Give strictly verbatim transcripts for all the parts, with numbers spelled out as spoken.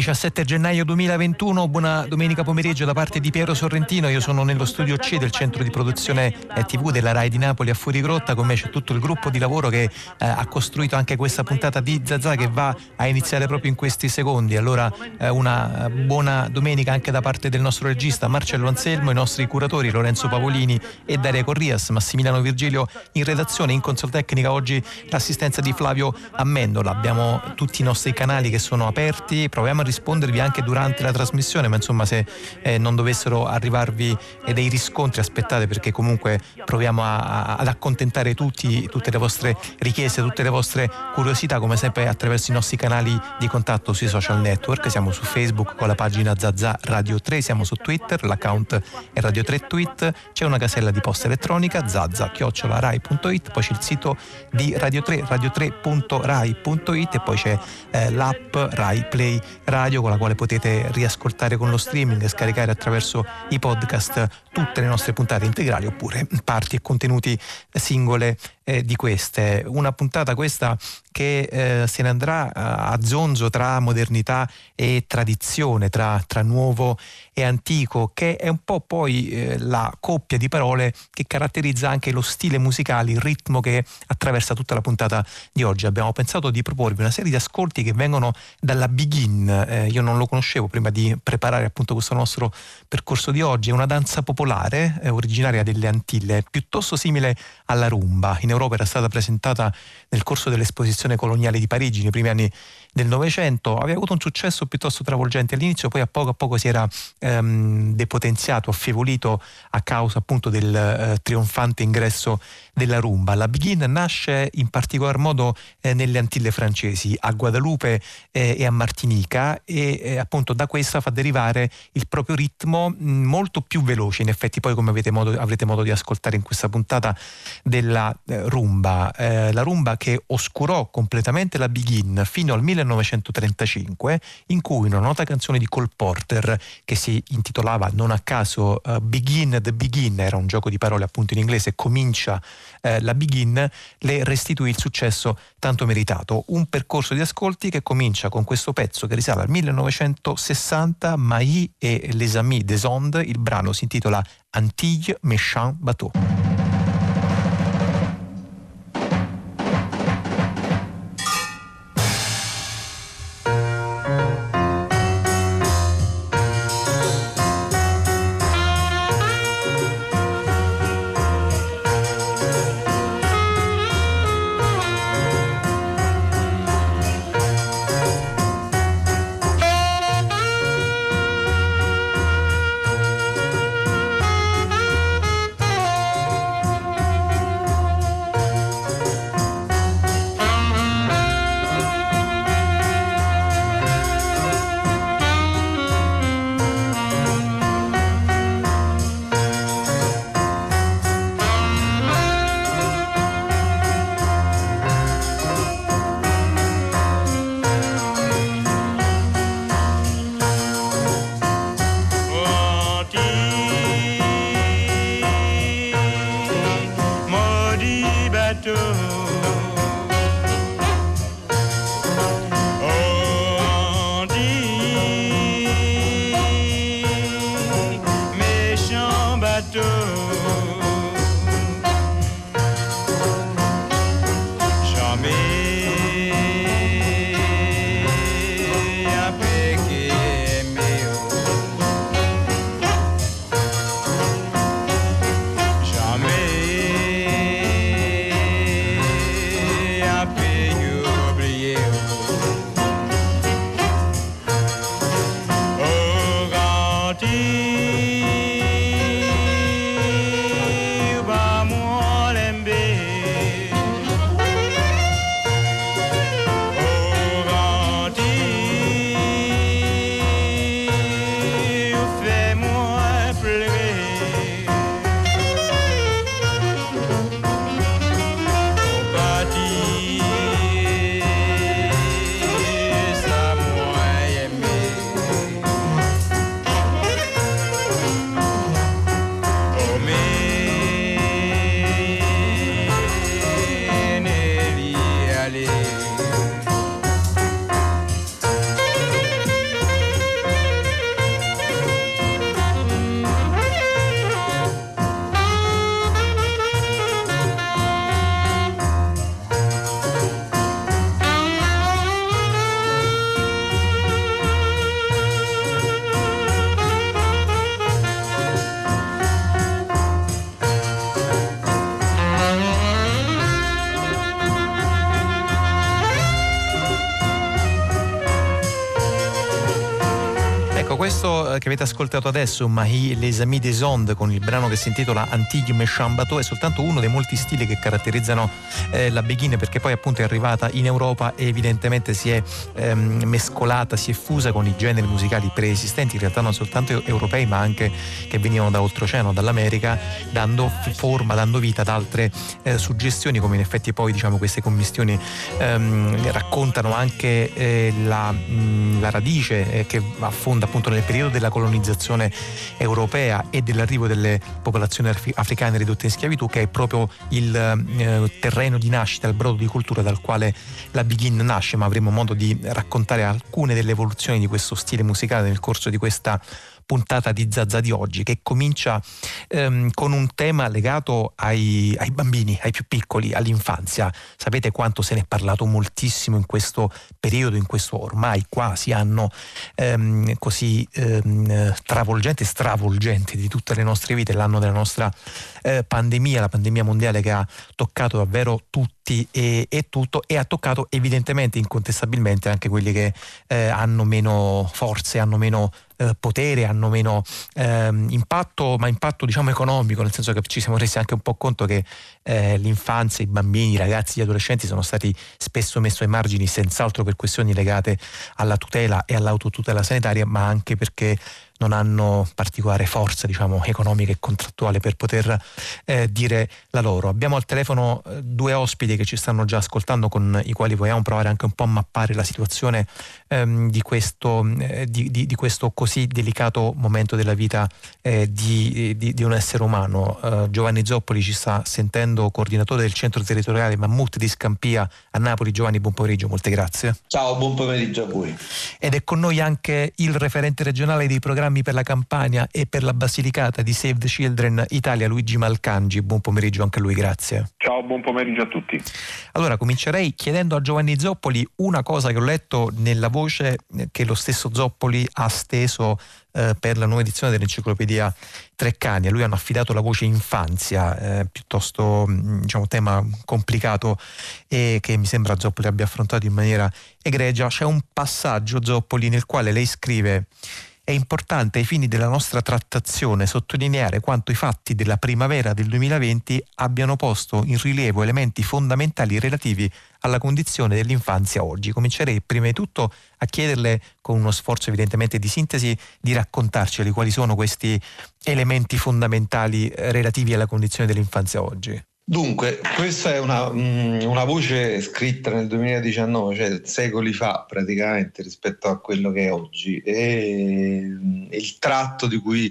diciassette gennaio duemilaventuno, buona domenica pomeriggio da parte di Piero Sorrentino. Io sono nello studio C del centro di produzione eh, tivù della Rai di Napoli a Fuorigrotta. Con me c'è tutto il gruppo di lavoro che eh, ha costruito anche questa puntata di Zazà, che va a iniziare proprio in questi secondi. Allora eh, una buona domenica anche da parte del nostro regista Marcello Anselmo, i nostri curatori Lorenzo Pavolini e Daria Corrias, Massimiliano Virgilio in redazione, in console tecnica oggi l'assistenza di Flavio Amendola. Abbiamo tutti i nostri canali che sono aperti, proviamo a rispondervi anche durante la trasmissione, ma insomma se eh, non dovessero arrivarvi eh, dei riscontri aspettate, perché comunque proviamo a, a, ad accontentare tutti, tutte le vostre richieste, tutte le vostre curiosità, come sempre attraverso i nostri canali di contatto sui social network. Siamo su Facebook con la pagina Zazà Radio tre, siamo su Twitter, l'account è Radio tre Tweet, c'è una casella di posta elettronica zazza chiocciola rai punto it, poi c'è il sito di Radio tre, radio tre punto rai punto it, e poi c'è eh, l'app Rai Play Radio, con la quale potete riascoltare con lo streaming e scaricare attraverso i podcast tutte le nostre puntate integrali oppure parti e contenuti singole eh, di queste. Una puntata questa che eh, se ne andrà a zonzo tra modernità e tradizione, tra, tra nuovo e antico, che è un po' poi eh, la coppia di parole che caratterizza anche lo stile musicale, il ritmo che attraversa tutta la puntata di oggi. Abbiamo pensato di proporvi una serie di ascolti che vengono dalla Begin. Eh, io non lo conoscevo prima di preparare appunto questo nostro percorso di oggi. È una danza popolare eh, originaria delle Antille, piuttosto simile alla rumba. In Europa era stata presentata nel corso dell'esposizione coloniale di Parigi nei primi anni del Novecento, aveva avuto un successo piuttosto travolgente all'inizio, poi a poco a poco si era ehm, depotenziato, affievolito a causa appunto del eh, trionfante ingresso della rumba. La Begin nasce in particolar modo eh, nelle Antille francesi, a Guadalupe eh, e a Martinica, e eh, appunto da questa fa derivare il proprio ritmo mh, molto più veloce, in effetti, poi come avete modo, avrete modo di ascoltare in questa puntata, della eh, rumba. Eh, la rumba che oscurò completamente la Begin fino al millenovecentotrentacinque, in cui una nota canzone di Cole Porter, che si intitolava non a caso uh, Begin the Begin, era un gioco di parole appunto in inglese, comincia eh, la Begin, le restituì il successo tanto meritato. Un percorso di ascolti che comincia con questo pezzo che risale al millenovecentosessanta, Mailly et les Amis des Ondes. Il brano si intitola Antilles Méchant Bateau. Ecco, questo che avete ascoltato adesso, Mahi Les Amis des Ondes, con il brano che si intitola Antigue Méchant Bateau, è soltanto uno dei molti stili che caratterizzano eh, la Begin, perché poi appunto è arrivata in Europa e evidentemente si è ehm, mescolata, si è fusa con i generi musicali preesistenti, in realtà non soltanto europei ma anche che venivano da oltreoceano, dall'America, dando forma, dando vita ad altre eh, suggestioni, come in effetti poi diciamo queste commistioni ehm, raccontano anche eh, la, mh, la radice eh, che affonda appunto nel periodo della colonizzazione europea e dell'arrivo delle popolazioni africane ridotte in schiavitù, che è proprio il eh, terreno di nascita, il brodo di cultura dal quale la Begin nasce, ma avremo modo di raccontare alcune delle evoluzioni di questo stile musicale nel corso di questa puntata di Zazà di oggi, che comincia ehm, con un tema legato ai, ai bambini, ai più piccoli, all'infanzia. Sapete quanto se ne è parlato moltissimo in questo periodo, in questo ormai quasi anno ehm, così ehm, travolgente, stravolgente di tutte le nostre vite, l'anno della nostra eh, pandemia, la pandemia mondiale che ha toccato davvero tutti e, e tutto, e ha toccato evidentemente, incontestabilmente, anche quelli che eh, hanno meno forze, hanno meno eh, potere, hanno meno ehm, impatto, ma impatto diciamo economico, nel senso che ci siamo resi anche un po' conto che eh, l'infanzia, i bambini, i ragazzi, gli adolescenti sono stati spesso messi ai margini, senz'altro per questioni legate alla tutela e all'autotutela sanitaria, ma anche perché non hanno particolare forza diciamo economica e contrattuale per poter eh, dire la loro. Abbiamo al telefono eh, due ospiti che ci stanno già ascoltando, con i quali vogliamo provare anche un po' a mappare la situazione ehm, di, questo, eh, di, di, di questo così delicato momento della vita eh, di, di, di un essere umano. Eh, Giovanni Zoppoli ci sta sentendo, coordinatore del centro territoriale Mammut di Scampia a Napoli. Giovanni, buon pomeriggio, molte grazie. Ciao, buon pomeriggio a voi. Ed è con noi anche il referente regionale dei programmi per la Campania e per la Basilicata di Save the Children Italia, Luigi Malcangi. Buon pomeriggio anche a lui, grazie. Ciao, buon pomeriggio a tutti. Allora, comincerei chiedendo a Giovanni Zoppoli una cosa che ho letto nella voce che lo stesso Zoppoli ha steso eh, per la nuova edizione dell'enciclopedia Treccani. A lui hanno affidato la voce infanzia, eh, piuttosto diciamo tema complicato e che mi sembra Zoppoli abbia affrontato in maniera egregia. C'è un passaggio, Zoppoli, nel quale lei scrive: è importante ai fini della nostra trattazione sottolineare quanto i fatti della primavera del duemilaventi abbiano posto in rilievo elementi fondamentali relativi alla condizione dell'infanzia oggi. Comincerei prima di tutto a chiederle, con uno sforzo evidentemente di sintesi, di raccontarceli quali sono questi elementi fondamentali relativi alla condizione dell'infanzia oggi. Dunque, questa è una, una voce scritta nel duemiladiciannove, cioè secoli fa praticamente rispetto a quello che è oggi, e il tratto di cui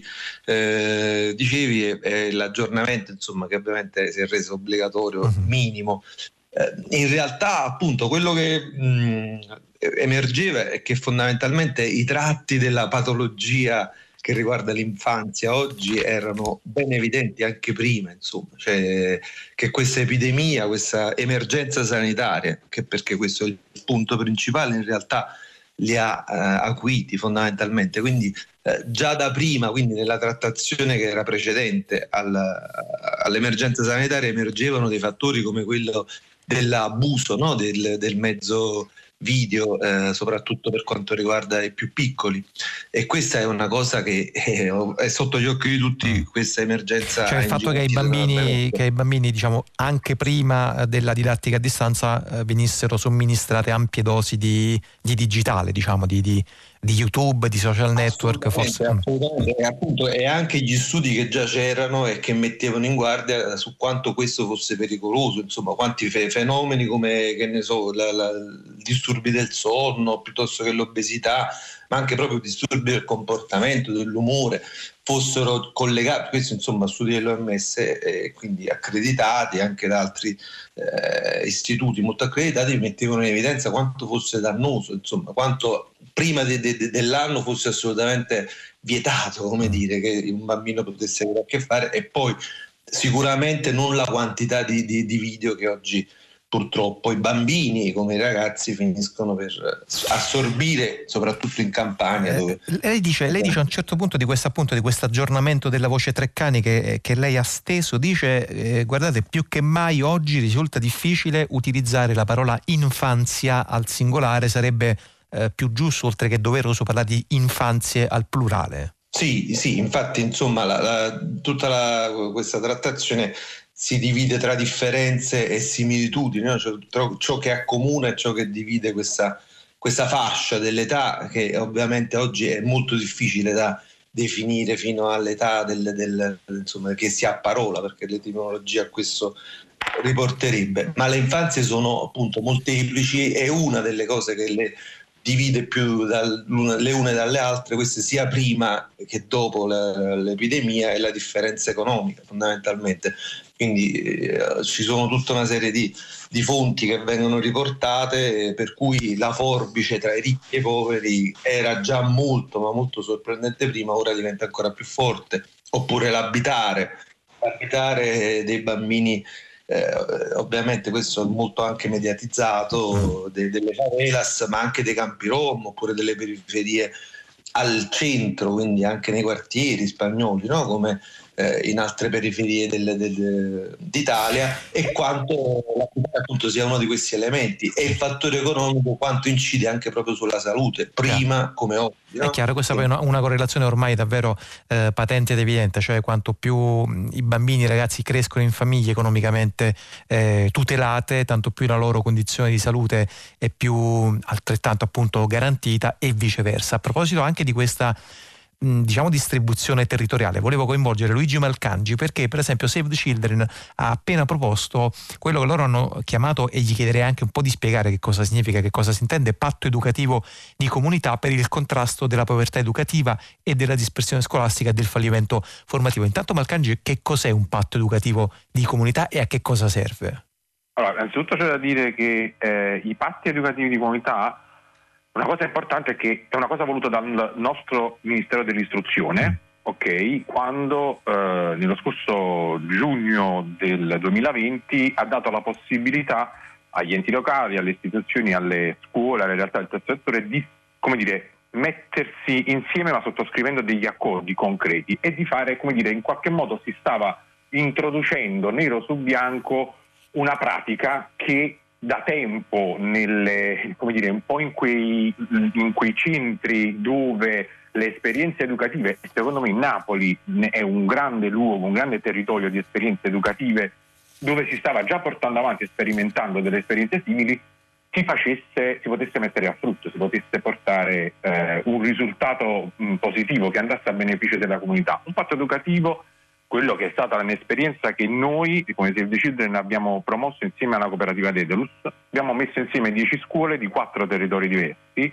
eh, dicevi è, è l'aggiornamento, insomma, che ovviamente si è reso obbligatorio, minimo. Eh, in realtà appunto quello che mh, emergeva è che fondamentalmente i tratti della patologia che riguarda l'infanzia oggi erano ben evidenti anche prima, insomma, cioè che questa epidemia, questa emergenza sanitaria, che perché questo è il punto principale, in realtà li ha eh, acuiti fondamentalmente, quindi eh, già da prima, quindi nella trattazione che era precedente al, all'emergenza sanitaria, emergevano dei fattori come quello dell'abuso, no? del, del mezzo video, eh, soprattutto per quanto riguarda i più piccoli, e questa è una cosa che è, è sotto gli occhi di tutti, questa emergenza. Cioè il fatto che i bambini, che i bambini diciamo anche prima della didattica a distanza eh, venissero somministrate ampie dosi di, di digitale, diciamo di, di, di YouTube, di social network, forse. Assolutamente, e appunto, e anche gli studi che già c'erano e che mettevano in guardia su quanto questo fosse pericoloso, insomma, quanti fe- fenomeni come, che ne so, la, la, disturbi del sonno piuttosto che l'obesità, ma anche proprio disturbi del comportamento, dell'umore, fossero collegati. Questo insomma studi dell'O M S, eh, quindi accreditati anche da altri eh, istituti molto accreditati, mettevano in evidenza quanto fosse dannoso, insomma, quanto prima de, de, dell'anno fosse assolutamente vietato, come dire, che un bambino potesse avere a che fare, e poi sicuramente non la quantità di, di, di video che oggi purtroppo i bambini come i ragazzi finiscono per assorbire, soprattutto in Campania, dove... eh, lei dice lei dice a un certo punto di questo appunto di questo aggiornamento della voce Treccani che, che lei ha steso, dice eh, guardate, più che mai oggi risulta difficile utilizzare la parola infanzia al singolare, sarebbe eh, più giusto, oltre che doveroso, parlare di infanzie al plurale. Sì, sì, infatti insomma la, la, tutta la, questa trattazione si divide tra differenze e similitudini, no? Cioè, tra ciò che accomuna e ciò che divide questa, questa fascia dell'età, che ovviamente oggi è molto difficile da definire fino all'età del, del, insomma, che si ha a parola, perché l'etimologia a questo riporterebbe, ma le infanzie sono appunto molteplici e una delle cose che le divide più dal, le une dalle altre, queste sia prima che dopo la, l'epidemia, è la differenza economica fondamentalmente. Quindi eh, ci sono tutta una serie di, di fonti che vengono riportate, per cui la forbice tra i ricchi e i poveri era già molto ma molto sorprendente prima, ora diventa ancora più forte. Oppure l'abitare, l'abitare dei bambini. Eh, ovviamente questo è molto anche mediatizzato, de, delle favelas, ma anche dei campi rom, oppure delle periferie al centro, quindi anche nei quartieri spagnoli, no? Come eh, in altre periferie del, del, d'Italia, e quanto appunto sia uno di questi elementi, e il fattore economico quanto incide anche proprio sulla salute, prima chiaro. Come oggi. No? È chiaro, questa sì. Poi è una, una correlazione ormai davvero eh, patente ed evidente, cioè quanto più mh, i bambini, i ragazzi crescono in famiglie economicamente eh, tutelate, tanto più la loro condizione di salute è più altrettanto appunto garantita, e viceversa. A proposito anche di questa diciamo distribuzione territoriale, volevo coinvolgere Luigi Malcangi, perché per esempio Save the Children ha appena proposto quello che loro hanno chiamato, e gli chiederei anche un po' di spiegare che cosa significa, che cosa si intende, patto educativo di comunità per il contrasto della povertà educativa e della dispersione scolastica e del fallimento formativo. Intanto Malcangi, che cos'è un patto educativo di comunità e a che cosa serve? Allora, innanzitutto c'è da dire che eh, i patti educativi di comunità, una cosa importante è che è una cosa voluta dal nostro Ministero dell'Istruzione, ok? Quando eh, nello scorso giugno del duemilaventi ha dato la possibilità agli enti locali, alle istituzioni, alle scuole, alle realtà del terzo settore di, come dire, mettersi insieme ma sottoscrivendo degli accordi concreti, e di fare, come dire, in qualche modo si stava introducendo nero su bianco una pratica che da tempo nelle, come dire, un po' in quei, in quei centri dove le esperienze educative, secondo me Napoli è un grande luogo, un grande territorio di esperienze educative, dove si stava già portando avanti, sperimentando delle esperienze simili, si facesse, si potesse mettere a frutto, si potesse portare eh, un risultato mh, positivo che andasse a beneficio della comunità. Un patto educativo, quello che è stata un'esperienza che noi, come Save the Children, abbiamo promosso insieme alla cooperativa Dedalus. Abbiamo messo insieme dieci scuole di quattro territori diversi,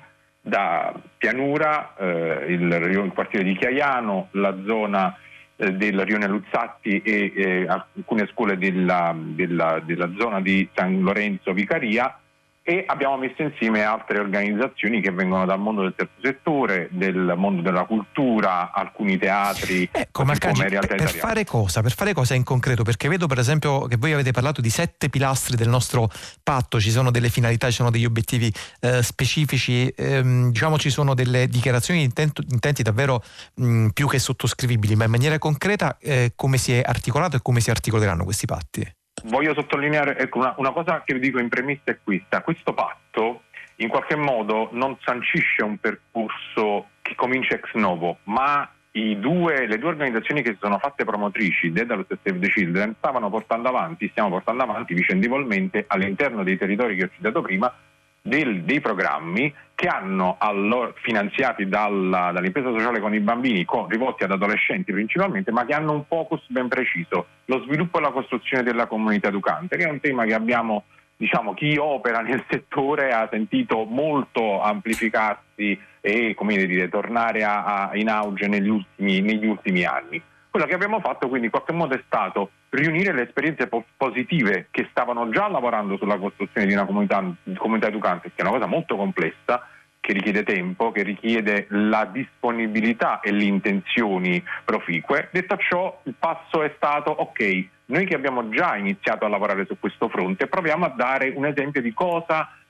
da Pianura, eh, il, il quartiere di Chiaiano, la zona eh, del Rione Luzzatti e eh, alcune scuole della, della, della zona di San Lorenzo Vicaria, e abbiamo messo insieme altre organizzazioni che vengono dal mondo del terzo settore, del mondo della cultura, alcuni teatri. Ecco, Malcangi, per, per fare cosa? Per fare cosa in concreto? Perché vedo per esempio che voi avete parlato di sette pilastri del nostro patto, ci sono delle finalità, ci sono degli obiettivi eh, specifici, ehm, diciamo ci sono delle dichiarazioni di intento, intenti davvero mh, più che sottoscrivibili, ma in maniera concreta eh, come si è articolato e come si articoleranno questi patti? Voglio sottolineare, ecco, una, una cosa che vi dico in premessa è questa: questo patto in qualche modo non sancisce un percorso che comincia ex novo, ma i due, le due organizzazioni che si sono fatte promotrici, Dedalus e Save the Children, stavano portando avanti, stiamo portando avanti vicendevolmente all'interno dei territori che ho citato prima, del, dei programmi che hanno allora, finanziati dalla, dall'impresa sociale con i bambini, con, rivolti ad adolescenti principalmente, ma che hanno un focus ben preciso: lo sviluppo e la costruzione della comunità educante, che è un tema che abbiamo, diciamo, chi opera nel settore ha sentito molto amplificarsi e, come dire, tornare a, a, in auge negli ultimi, negli ultimi anni. Quello che abbiamo fatto quindi in qualche modo è stato riunire le esperienze po- positive che stavano già lavorando sulla costruzione di una comunità, comunità educante, che è una cosa molto complessa, che richiede tempo, che richiede la disponibilità e le intenzioni proficue. Detto ciò, il passo è stato: ok, noi che abbiamo già iniziato a lavorare su questo fronte, proviamo a dare un esempio di cosa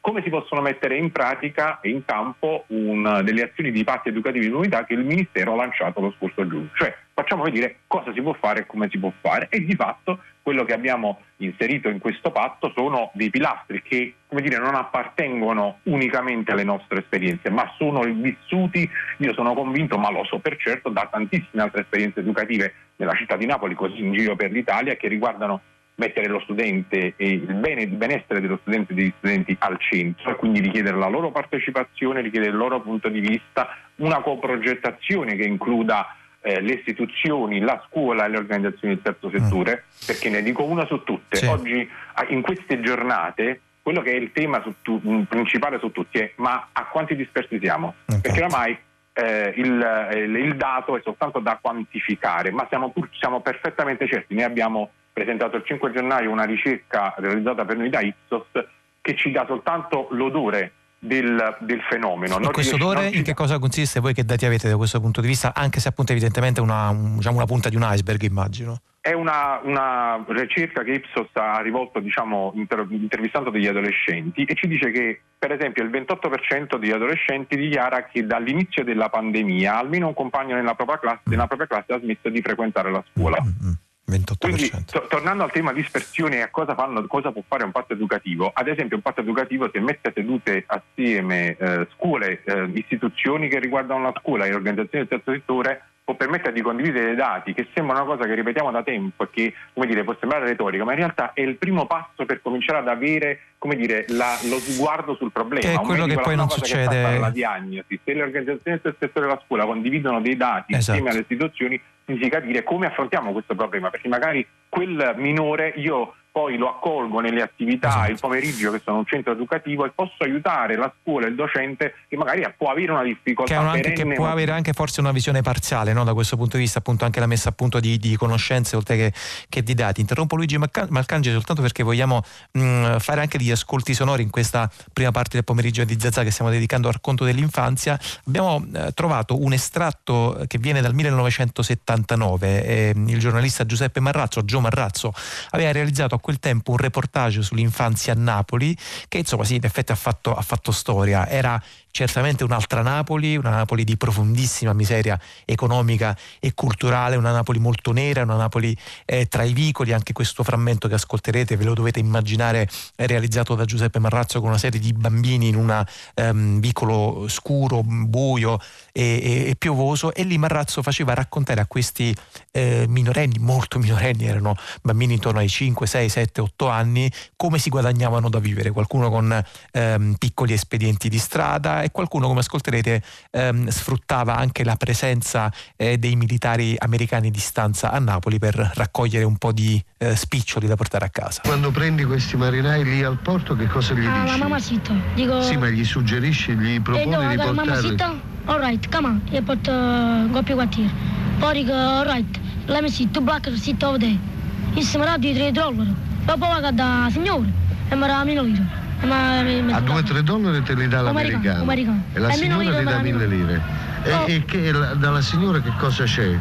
come si possono mettere in pratica e in campo un, delle azioni di patti educativi di comunità che il Ministero ha lanciato lo scorso giugno. Cioè facciamo vedere cosa si può fare e come si può fare, e di fatto quello che abbiamo inserito in questo patto sono dei pilastri che, come dire, non appartengono unicamente alle nostre esperienze, ma sono vissuti, io sono convinto, ma lo so per certo, da tantissime altre esperienze educative nella città di Napoli, così in giro per l'Italia, che riguardano mettere lo studente e il bene il benessere dello studente e degli studenti al centro, e quindi richiedere la loro partecipazione, richiedere il loro punto di vista, una coprogettazione che includa eh, le istituzioni, la scuola e le organizzazioni del terzo settore, mm. perché ne dico una su tutte. Sì. Oggi, in queste giornate, quello che è il tema su tu, principale su tutti è: ma a quanti dispersi siamo? Okay. Perché oramai eh, il, il, il dato è soltanto da quantificare, ma siamo, pur, siamo perfettamente certi. Ne abbiamo presentato il cinque gennaio una ricerca realizzata per noi da Ipsos che ci dà soltanto l'odore del, del fenomeno. E questo odore in che cosa consiste? Voi che dati avete da questo punto di vista? Anche se appunto evidentemente una, un, diciamo una punta di un iceberg, immagino. È una, una ricerca che Ipsos ha rivolto, diciamo, inter, intervistando degli adolescenti, e ci dice che per esempio il ventotto per cento degli adolescenti dichiara che dall'inizio della pandemia almeno un compagno nella propria classe, nella propria classe ha smesso di frequentare la scuola. Mm-hmm. ventotto per cento. Quindi, to- tornando al tema dispersione e a cosa fanno, cosa può fare un patto educativo, ad esempio un patto educativo, se mette sedute assieme eh, scuole, eh, istituzioni che riguardano la scuola e organizzazioni del terzo settore, può permettere di condividere dei dati, che sembra una cosa che ripetiamo da tempo e che, come dire, può sembrare retorica, ma in realtà è il primo passo per cominciare ad avere, come dire, la, lo sguardo sul problema. Che è quello che poi non succede. Che la diagnosi. Se le organizzazioni del settore della scuola condividono dei dati, esatto, insieme alle istituzioni, significa dire come affrontiamo questo problema, perché magari quel minore io poi lo accolgo nelle attività, esatto, il pomeriggio, che sono un centro educativo, e posso aiutare la scuola e il docente che magari può avere una difficoltà che, anche, che può avere anche forse una visione parziale, no? Da questo punto di vista, appunto, anche la messa a punto di, di conoscenze oltre che, che di dati. Interrompo Luigi Malcangeli soltanto perché vogliamo mh, fare anche degli ascolti sonori in questa prima parte del pomeriggio di Zazà che stiamo dedicando al racconto dell'infanzia. Abbiamo eh, trovato un estratto che viene dal millenovecentosettantanove. Eh, il giornalista Giuseppe Marrazzo, Gio Marrazzo, aveva realizzato a quel tempo un reportage sull'infanzia a Napoli che, insomma, sì, in effetti ha fatto, ha fatto storia. Era certamente un'altra Napoli, una Napoli di profondissima miseria economica e culturale, una Napoli molto nera, una Napoli eh, tra i vicoli. Anche questo frammento che ascolterete ve lo dovete immaginare, è realizzato da Giuseppe Marrazzo con una serie di bambini in un um, vicolo scuro, buio e, e, e piovoso, e lì Marrazzo faceva raccontare a questi eh, minorenni, molto minorenni, erano bambini intorno ai cinque, sei, sette, otto anni, come si guadagnavano da vivere, qualcuno con ehm, piccoli espedienti di strada, e qualcuno, come ascolterete, ehm, sfruttava anche la presenza eh, dei militari americani di stanza a Napoli per raccogliere un po' di eh, spiccioli da portare a casa. Quando prendi questi marinai lì al porto, che cosa gli ah, dici? La mamacita. Dico... Sì, ma gli suggerisci, gli proponi eh no, di portarli? Mamacita, all right, come on, e porto uh, coppia quartiere. Poi dico, all right, let me see, two black sit over there. Io sono radio di tre dollari. Dopo va da signore e mi dà mille lire. Ma, mi, a due o tre dollari te li dà l'americano, americano. E la e signora ti dà mille lire. E, oh. e che la, dalla signora che cosa c'è?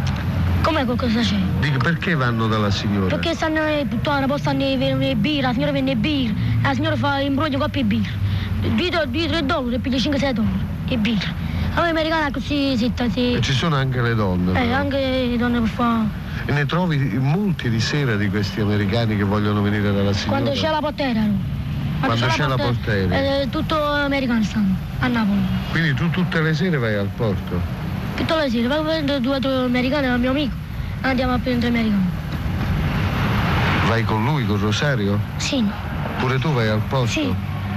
Come cosa c'è? Dico, perché vanno dalla signora? Perché stanno puttana, poi stanno le birra, la signora vende birra, la signora fa imbroglio coppia e birra. due tre dollari e piglia cinque sei dollari e birra. A me americana così zitta, sì. E ci sono anche le donne? Eh, però. Anche le donne per fare. E ne trovi molti di sera di questi americani che vogliono venire dalla signora? Quando c'è la portiera. Quando, Quando c'è, c'è la portiera? È tutto americano stanno, a Napoli. Quindi tu tutte le sere vai al porto? Tutte le sere, vai a prendere due o tre americani dal mio amico, andiamo a prendere americani. Vai con lui, con Rosario? Sì. Pure tu vai al porto? Sì.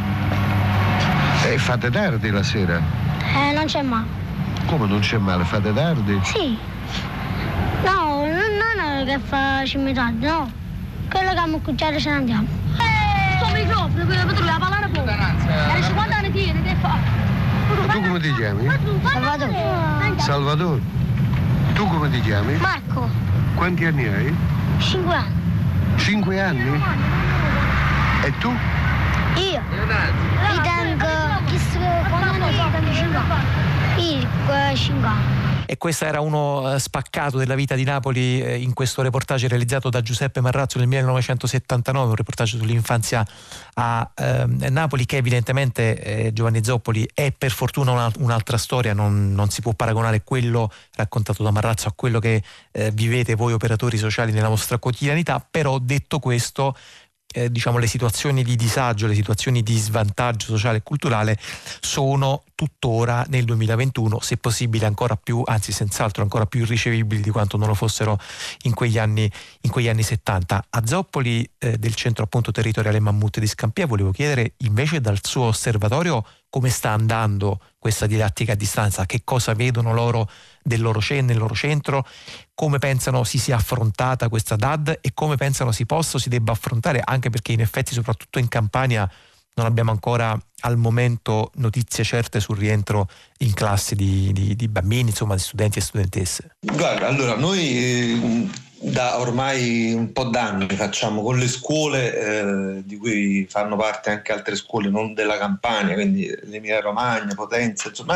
E fate tardi la sera? Eh, non c'è male. Come non c'è male? Fate tardi? Sì. No, non è che facciamo tardi, no. Quello che abbiamo cucciato ce ne andiamo. Eh, sto microfono, per la parlare poco. Era cinquanta anni tieni, che fa? Tu come ti chiami? Salvatore. Salvatore. Tu come ti chiami? Marco. Quanti anni hai? Cinque anni. Cinque anni? E tu? Io? Io tengo, chissà quando anni tengo cinque anni. Io cinque anni. E questo era uno spaccato della vita di Napoli eh, in questo reportage realizzato da Giuseppe Marrazzo nel millenovecentosettantanove, un reportage sull'infanzia a eh, Napoli, che evidentemente eh, Giovanni Zoppoli è per fortuna una, un'altra storia, non, non si può paragonare quello raccontato da Marrazzo a quello che eh, vivete voi operatori sociali nella vostra quotidianità. Però detto questo, Eh, diciamo le situazioni di disagio, le situazioni di svantaggio sociale e culturale sono tuttora nel duemilaventuno, se possibile ancora più, anzi senz'altro ancora più irricevibili di quanto non lo fossero in quegli anni, in quegli anni settanta. A Zoppoli eh, del centro appunto territoriale Mammut di Scampia volevo chiedere invece dal suo osservatorio come sta andando questa didattica a distanza, che cosa vedono loro del loro, nel loro centro, come pensano si sia affrontata questa D A D e come pensano si possa o si debba affrontare, anche perché in effetti soprattutto in Campania non abbiamo ancora al momento notizie certe sul rientro in classe di, di, di bambini, insomma di studenti e studentesse. Guarda, allora noi eh, da ormai un po' d'anni facciamo con le scuole eh, di cui fanno parte anche altre scuole non della Campania, quindi l'Emilia Romagna, Potenza, insomma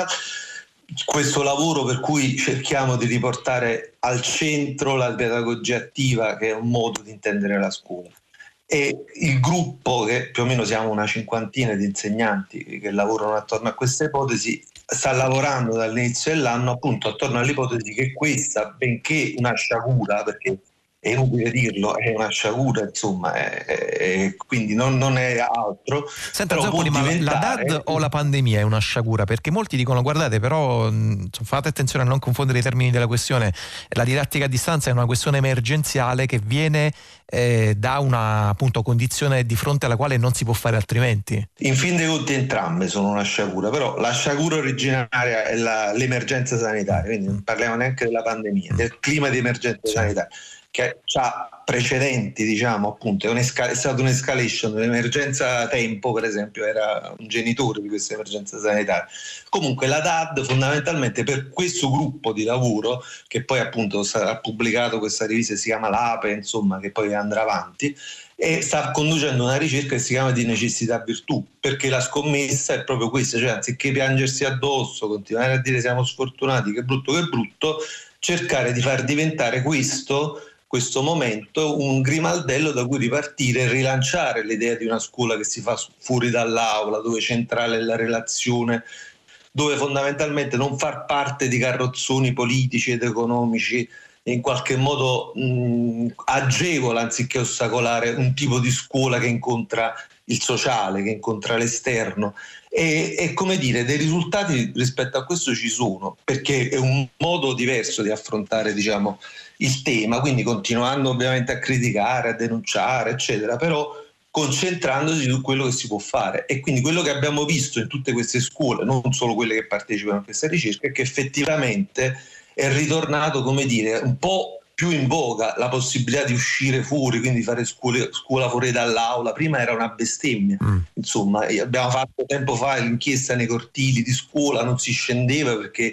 questo lavoro per cui cerchiamo di riportare al centro la pedagogia attiva, che è un modo di intendere la scuola. E il gruppo, che più o meno siamo una cinquantina di insegnanti che lavorano attorno a questa ipotesi, sta lavorando dall'inizio dell'anno appunto attorno all'ipotesi che questa, benché una sciagura, perché è inutile dirlo, è una sciagura, insomma, è, è, quindi non, non è altro. Senta Zoppoli, ma diventare... la D A D o la pandemia è una sciagura? Perché molti dicono, guardate, però insomma, fate attenzione a non confondere i termini della questione, la didattica a distanza è una questione emergenziale che viene eh, da una appunto condizione di fronte alla quale non si può fare altrimenti. In fin dei conti entrambe sono una sciagura, però la sciagura originaria è la, l'emergenza sanitaria, quindi non parliamo neanche della pandemia, del clima di emergenza sì. sanitaria, che ha precedenti, diciamo, appunto, è, è stata un'escalation. L'emergenza tempo, per esempio, era un genitore di questa emergenza sanitaria. Comunque la D A D fondamentalmente per questo gruppo di lavoro, che poi appunto sarà pubblicato questa rivista, si chiama l'Ape, insomma, che poi andrà avanti, e sta conducendo una ricerca che si chiama di necessità virtù, perché la scommessa è proprio questa, cioè anziché piangersi addosso, continuare a dire siamo sfortunati, che brutto che brutto, cercare di far diventare questo questo momento un grimaldello da cui ripartire e rilanciare l'idea di una scuola che si fa fuori dall'aula, dove centrale è la relazione, dove fondamentalmente non far parte di carrozzoni politici ed economici in qualche modo mh, agevola anziché ostacolare un tipo di scuola che incontra il sociale, che incontra l'esterno. E, e come dire, dei risultati rispetto a questo ci sono, perché è un modo diverso di affrontare, diciamo, il tema, quindi continuando ovviamente a criticare, a denunciare, eccetera, però concentrandosi su quello che si può fare. E quindi quello che abbiamo visto in tutte queste scuole, non solo quelle che partecipano a questa ricerca, è che effettivamente è ritornato, come dire, un po' più in voga la possibilità di uscire fuori, quindi fare scuole, scuola fuori dall'aula. Prima era una bestemmia, mm. insomma, abbiamo fatto tempo fa l'inchiesta nei cortili di scuola, non si scendeva perché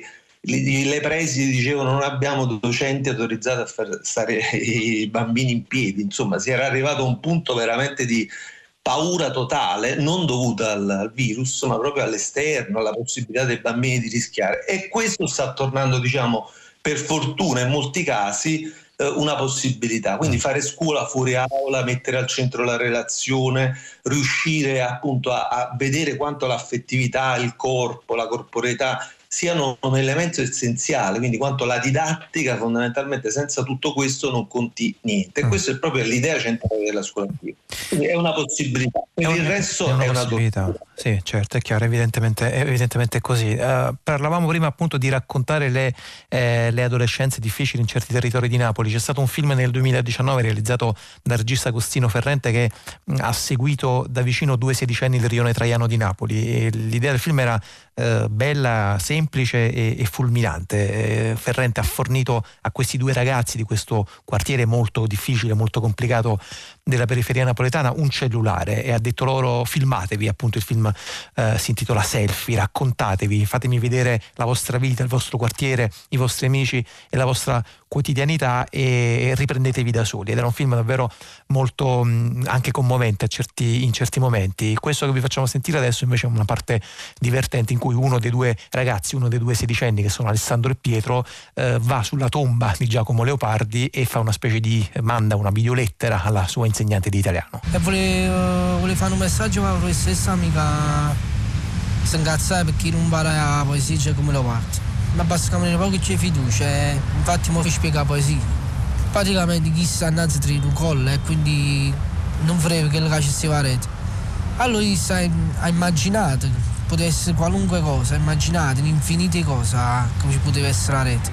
le presidi dicevano non abbiamo docenti autorizzati a far stare i bambini in piedi, insomma si era arrivato a un punto veramente di paura totale, non dovuta al, al virus, ma proprio all'esterno, alla possibilità dei bambini di rischiare. E questo sta tornando, diciamo, per fortuna in molti casi eh, una possibilità, quindi fare scuola fuori aula, mettere al centro la relazione, riuscire appunto a, a vedere quanto l'affettività, il corpo, la corporeità siano un elemento essenziale, quindi quanto la didattica fondamentalmente senza tutto questo non conti niente. E questa è proprio l'idea centrale della scuola attiva. Quindi è una possibilità, per il resto è una, è una possibilità. Sì, certo, è chiaro, evidentemente, evidentemente è così. Uh, parlavamo prima appunto di raccontare le, eh, le adolescenze difficili in certi territori di Napoli. C'è stato un film nel duemiladiciannove realizzato dal regista Agostino Ferrente che mh, ha seguito da vicino due sedicenni del rione Traiano di Napoli, e l'idea del film era eh, bella, semplice e, e fulminante. Eh, Ferrente ha fornito a questi due ragazzi di questo quartiere molto difficile, molto complicato della periferia napoletana un cellulare e ha detto loro: filmatevi, appunto il film eh, si intitola Selfie, raccontatevi, fatemi vedere la vostra vita, il vostro quartiere, i vostri amici e la vostra quotidianità e riprendetevi da soli. Ed era un film davvero molto mh, anche commovente a certi, in certi momenti. Questo che vi facciamo sentire adesso invece è una parte divertente in cui uno dei due ragazzi, uno dei due sedicenni che sono Alessandro e Pietro, eh, va sulla tomba di Giacomo Leopardi e fa una specie di manda una videolettera alla sua insegnante di italiano. E volevo, volevo fare un messaggio alla professoressa amica, si incazzava perché non impara la poesia Giacomo Leopardi. Ma basta che poco c'è fiducia, eh. Infatti mi spiega la poesia. Praticamente chi sta innanzi tra un collo e quindi non frega che la ci va a rete. Allora ha immaginato, poteva essere qualunque cosa, ha immaginato infinite cose come ci poteva essere la rete.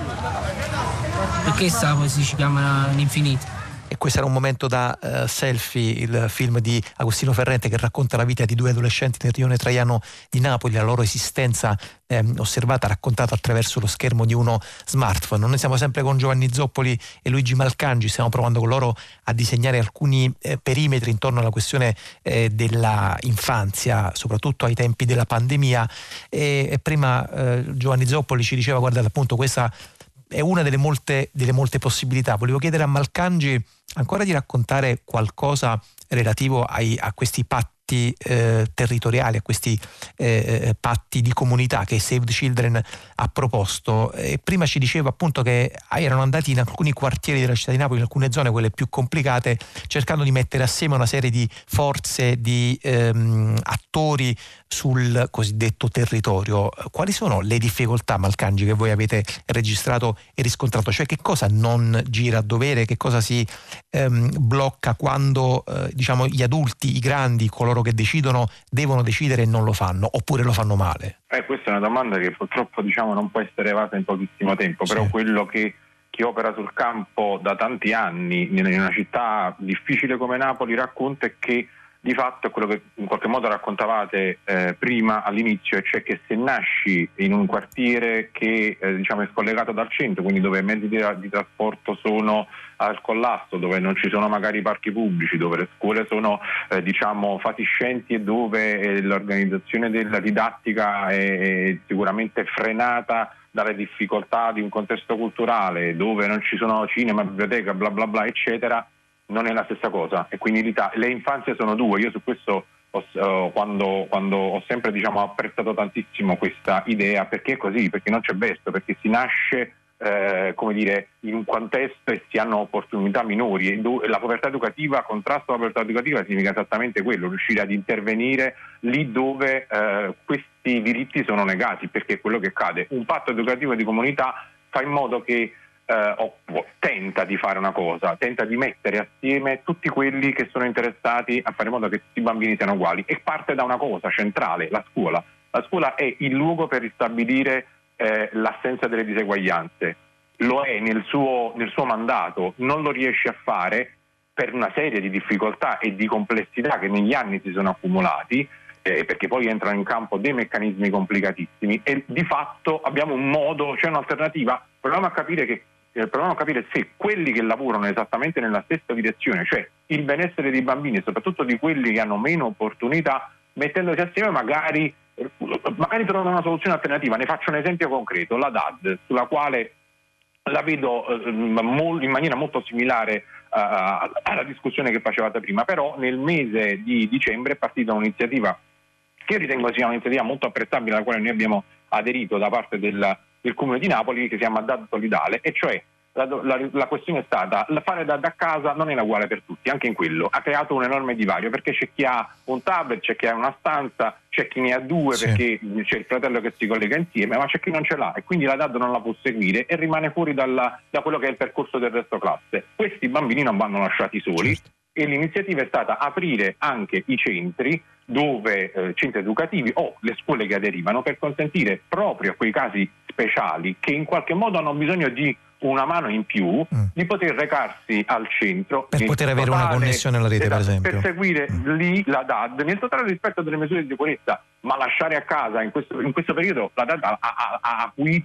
Perché sta poesia si chiama l'infinito? E questo era un momento da uh, Selfie, il film di Agostino Ferrente che racconta la vita di due adolescenti nel rione Traiano di Napoli, la loro esistenza ehm, osservata, raccontata attraverso lo schermo di uno smartphone. Noi siamo sempre con Giovanni Zoppoli e Luigi Malcangi, stiamo provando con loro a disegnare alcuni eh, perimetri intorno alla questione eh, della infanzia, soprattutto ai tempi della pandemia. E, e prima eh, Giovanni Zoppoli ci diceva: guardate, appunto questa è una delle molte, delle molte possibilità. Volevo chiedere a Malcangi ancora di raccontare qualcosa relativo ai, a questi patti eh, territoriali, a questi eh, patti di comunità che Save the Children ha proposto. E prima ci diceva appunto che erano andati in alcuni quartieri della città di Napoli, in alcune zone, quelle più complicate, cercando di mettere assieme una serie di forze, di ehm, attori sul cosiddetto territorio. Quali sono le difficoltà, Malcangi, che voi avete registrato e riscontrato? Cioè che cosa non gira a dovere, che cosa si ehm, blocca quando eh, diciamo gli adulti, i grandi, coloro che decidono, devono decidere e non lo fanno, oppure lo fanno male? Eh, questa è una domanda che purtroppo diciamo non può essere evasa in pochissimo tempo, sì. Però quello che chi opera sul campo da tanti anni in una città difficile come Napoli racconta è che di fatto è quello che in qualche modo raccontavate eh, prima all'inizio, cioè che se nasci in un quartiere che eh, diciamo è scollegato dal centro, quindi dove i mezzi di, di trasporto sono al collasso, dove non ci sono magari parchi pubblici, dove le scuole sono eh, diciamo fatiscenti e dove eh, l'organizzazione della didattica è, è sicuramente frenata dalle difficoltà di un contesto culturale, dove non ci sono cinema, biblioteca, bla bla bla eccetera, non è la stessa cosa. E quindi le infanzie sono due. Io su questo ho, uh, quando, quando ho sempre diciamo apprezzato tantissimo questa idea, perché è così, perché non c'è verso, perché si nasce eh, come dire in un contesto e si hanno opportunità minori e do- la povertà educativa, contrasto alla povertà educativa significa esattamente quello, riuscire ad intervenire lì dove eh, questi diritti sono negati, perché è quello che accade. Un patto educativo di comunità fa in modo che Uh, o, o tenta di fare una cosa, tenta di mettere assieme tutti quelli che sono interessati a fare in modo che tutti i bambini siano uguali, e parte da una cosa centrale, la scuola. La scuola è il luogo per ristabilire eh, l'assenza delle diseguaglianze, lo è nel suo, nel suo mandato, non lo riesce a fare per una serie di difficoltà e di complessità che negli anni si sono accumulati, eh, perché poi entrano in campo dei meccanismi complicatissimi e di fatto abbiamo un modo, c'è un'alternativa. Proviamo a capire che Eh, proviamo a capire se quelli che lavorano esattamente nella stessa direzione, cioè il benessere dei bambini e soprattutto di quelli che hanno meno opportunità, mettendosi assieme magari, eh, magari trovano una soluzione alternativa. Ne faccio un esempio concreto, la D A D, sulla quale la vedo eh, mol, in maniera molto similare uh, alla discussione che facevate prima, però nel mese di dicembre è partita un'iniziativa che io ritengo sia un'iniziativa molto apprezzabile, alla quale noi abbiamo aderito da parte del del Comune di Napoli, che si chiama D A D Solidale, e cioè la, la, la questione è stata: fare D A D a casa non è uguale per tutti, anche in quello ha creato un enorme divario, perché c'è chi ha un tablet, c'è chi ha una stanza, c'è chi ne ha due, sì, perché c'è il fratello che si collega insieme, ma c'è chi non ce l'ha e quindi la D A D non la può seguire e rimane fuori dalla, da quello che è il percorso del resto classe. Questi bambini non vanno lasciati soli, certo. E l'iniziativa è stata aprire anche i centri dove eh, centri educativi o le scuole che aderivano, per consentire proprio a quei casi speciali che in qualche modo hanno bisogno di una mano in più mm. di poter recarsi al centro per poter avere totale, una connessione alla rete, esatto, per esempio, per seguire mm. lì la D A D nel totale rispetto delle misure di sicurezza, ma lasciare a casa in questo, in questo periodo la D A D ha, ha, ha acuito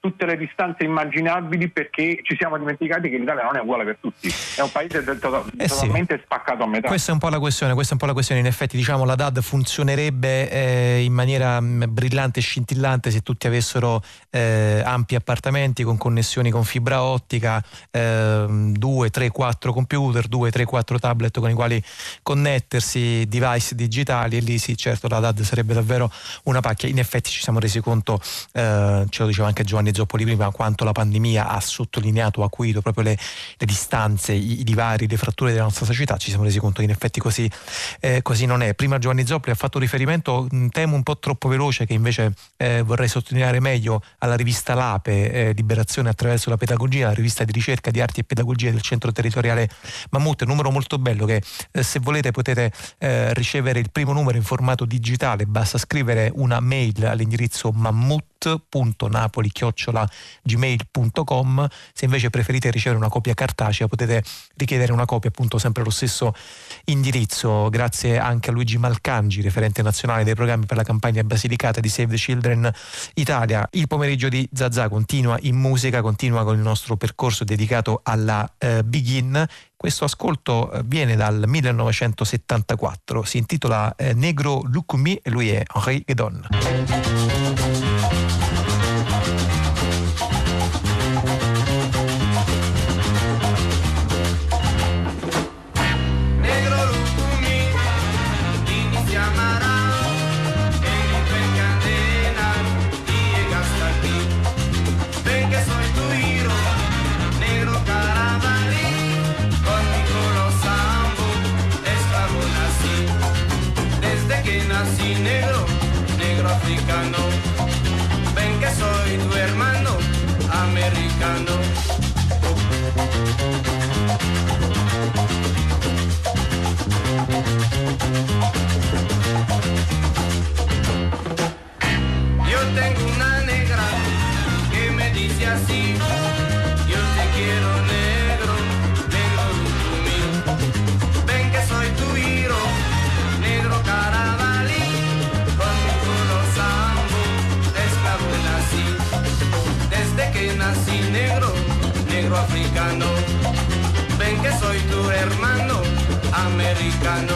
tutte le distanze immaginabili, perché ci siamo dimenticati che l'Italia non è uguale per tutti, è un paese del to- eh totalmente sì. spaccato a metà. Questa è un po' la questione, questa è un po' la questione. In effetti, diciamo, la D A D funzionerebbe eh, in maniera mh, brillante e scintillante se tutti avessero eh, ampi appartamenti con connessioni con fibra ottica, eh, due, tre, quattro computer, due, tre, quattro tablet con i quali connettersi, device digitali, e lì sì, certo, la D A D sarebbe davvero una pacchia. In effetti ci siamo resi conto, eh, ce lo diceva anche Giovanni Zoppoli prima, quanto la pandemia ha sottolineato, acuito proprio le, le distanze, i, i divari, le fratture della nostra società. Ci siamo resi conto che in effetti così, eh, così non è. Prima Giovanni Zoppoli ha fatto riferimento, un tema un po' troppo veloce che invece eh, vorrei sottolineare meglio, alla rivista L'Ape, eh, Liberazione attraverso la pedagogia, la rivista di ricerca di arti e pedagogia del centro territoriale Mammut. Un numero molto bello che eh, se volete potete eh, ricevere il primo numero in formato digitale, basta scrivere una mail all'indirizzo mammut punto napoli chiocciola gmail punto com. Se invece preferite ricevere una copia cartacea potete richiedere una copia, appunto sempre allo stesso indirizzo. Grazie anche a Luigi Malcangi, referente nazionale dei programmi per la campagna Basilicata di Save the Children Italia. Il pomeriggio di Zazà continua in musica, continua con il nostro percorso dedicato alla eh, Begin. Questo ascolto viene dal millenovecentosettantaquattro, si intitola eh, Negro Lukumi e lui è Henri Guédon. Negro, negro africano, ven que soy tu hermano americano. Yo tengo una negra que me dice así, yo te quiero negro, negro Lukumi, ven que soy tu hero, negro Carabalí. Desde que nací negro, negro africano, ven que soy tu hermano americano.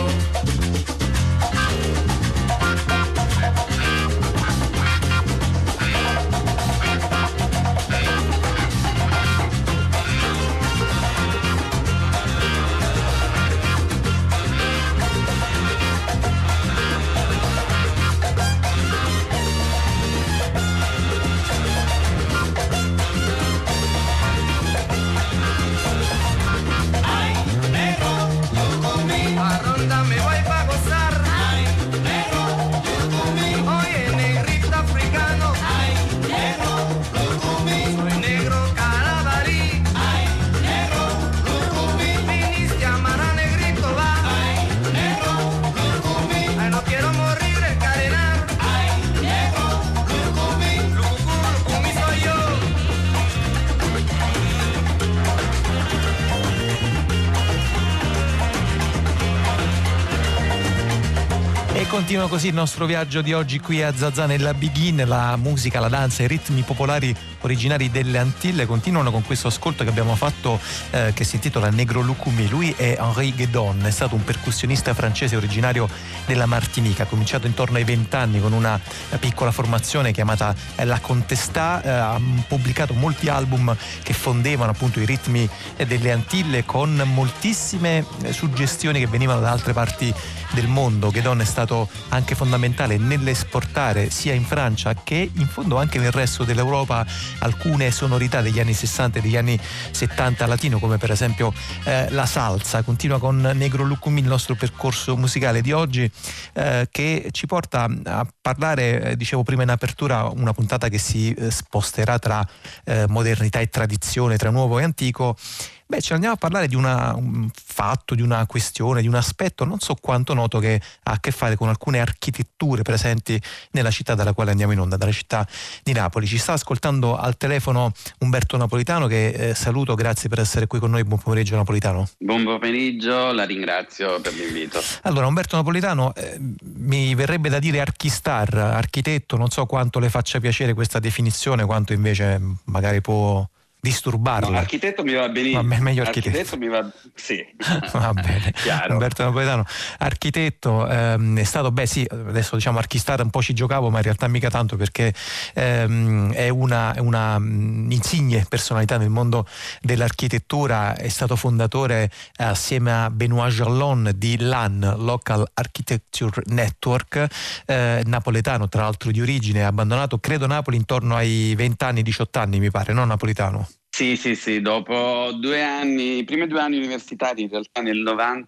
Continua così il nostro viaggio di oggi qui a Zazà nella Begin. La musica, la danza, i ritmi popolari originari delle Antille continuano con questo ascolto che abbiamo fatto eh, che si intitola Negro Lukumi. Lui è Henri Guédon, è stato un percussionista francese originario della Martinica, ha cominciato intorno ai vent'anni con una piccola formazione chiamata eh, La Contestà, eh, ha pubblicato molti album che fondevano appunto i ritmi eh, delle Antille con moltissime eh, suggestioni che venivano da altre parti del mondo. Guédon è stato anche fondamentale nell'esportare sia in Francia che in fondo anche nel resto dell'Europa alcune sonorità degli anni sessanta e degli anni settanta latino, come per esempio eh, la salsa. Continua con Negro Lukumi il nostro percorso musicale di oggi, eh, che ci porta a parlare, eh, dicevo prima in apertura, una puntata che si eh, sposterà tra eh, modernità e tradizione, tra nuovo e antico, Beh, ci andiamo a parlare di una, un fatto, di una questione, di un aspetto non so quanto noto che ha a che fare con alcune architetture presenti nella città dalla quale andiamo in onda, dalla città di Napoli. Ci sta ascoltando al telefono Umberto Napolitano, che eh, saluto, grazie per essere qui con noi. Buon pomeriggio Napolitano. Buon pomeriggio, la ringrazio per l'invito. Allora, Umberto Napolitano, eh, mi verrebbe da dire archistar, architetto, non so quanto le faccia piacere questa definizione, quanto invece magari può disturbarla. No, architetto mi va benissimo. Vabbè, meglio architetto. Architetto mi va, sì. Va bene. Chiaro. Umberto Napolitano, architetto, ehm, è stato, beh sì, adesso diciamo archistar un po' ci giocavo, ma in realtà mica tanto, perché ehm, è una, è una mh, insigne personalità nel mondo dell'architettura. È stato fondatore eh, assieme a Benoît Jallon di L A N, Local Architecture Network, eh, napoletano tra l'altro di origine, abbandonato credo Napoli intorno ai venti anni, diciotto anni mi pare, no Napolitano? Sì, sì, sì, dopo due anni, i primi due anni universitari, in realtà nel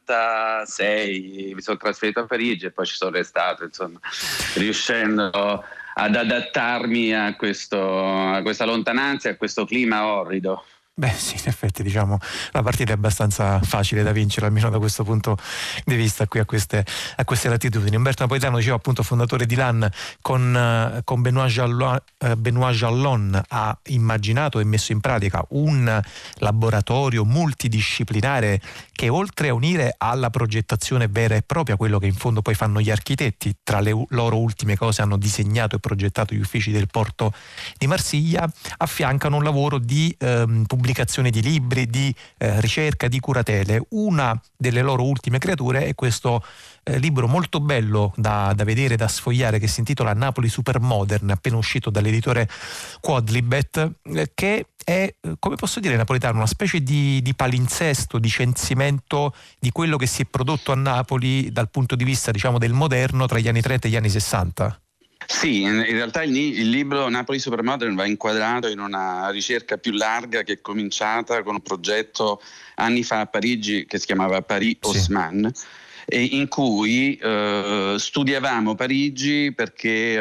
novantasei mi sono trasferito a Parigi e poi ci sono restato, insomma, riuscendo ad adattarmi a, questo, a questa lontananza e a questo clima orrido. Beh sì, in effetti diciamo la partita è abbastanza facile da vincere, almeno da questo punto di vista qui a queste, a queste latitudini. Umberto Napolitano, dicevo appunto fondatore di L A N, con, con Benoît Jallon, eh, Benoît Jallon ha immaginato e messo in pratica un laboratorio multidisciplinare che, oltre a unire alla progettazione vera e propria quello che in fondo poi fanno gli architetti, tra le loro ultime cose hanno disegnato e progettato gli uffici del porto di Marsiglia, affiancano un lavoro di ehm, pubblicazione di libri, di eh, ricerca, di curatele. Una delle loro ultime creature è questo eh, libro molto bello da, da vedere, da sfogliare, che si intitola Napoli Supermodern, appena uscito dall'editore Quadlibet, eh, che è, come posso dire Napolitano, una specie di, di palinsesto, di censimento di quello che si è prodotto a Napoli dal punto di vista, diciamo, del moderno tra gli anni trenta e gli anni sessanta. Sì, in realtà il, il libro Napoli Supermodern va inquadrato in una ricerca più larga che è cominciata con un progetto anni fa a Parigi che si chiamava Paris Haussmann, sì, e in cui eh, studiavamo Parigi perché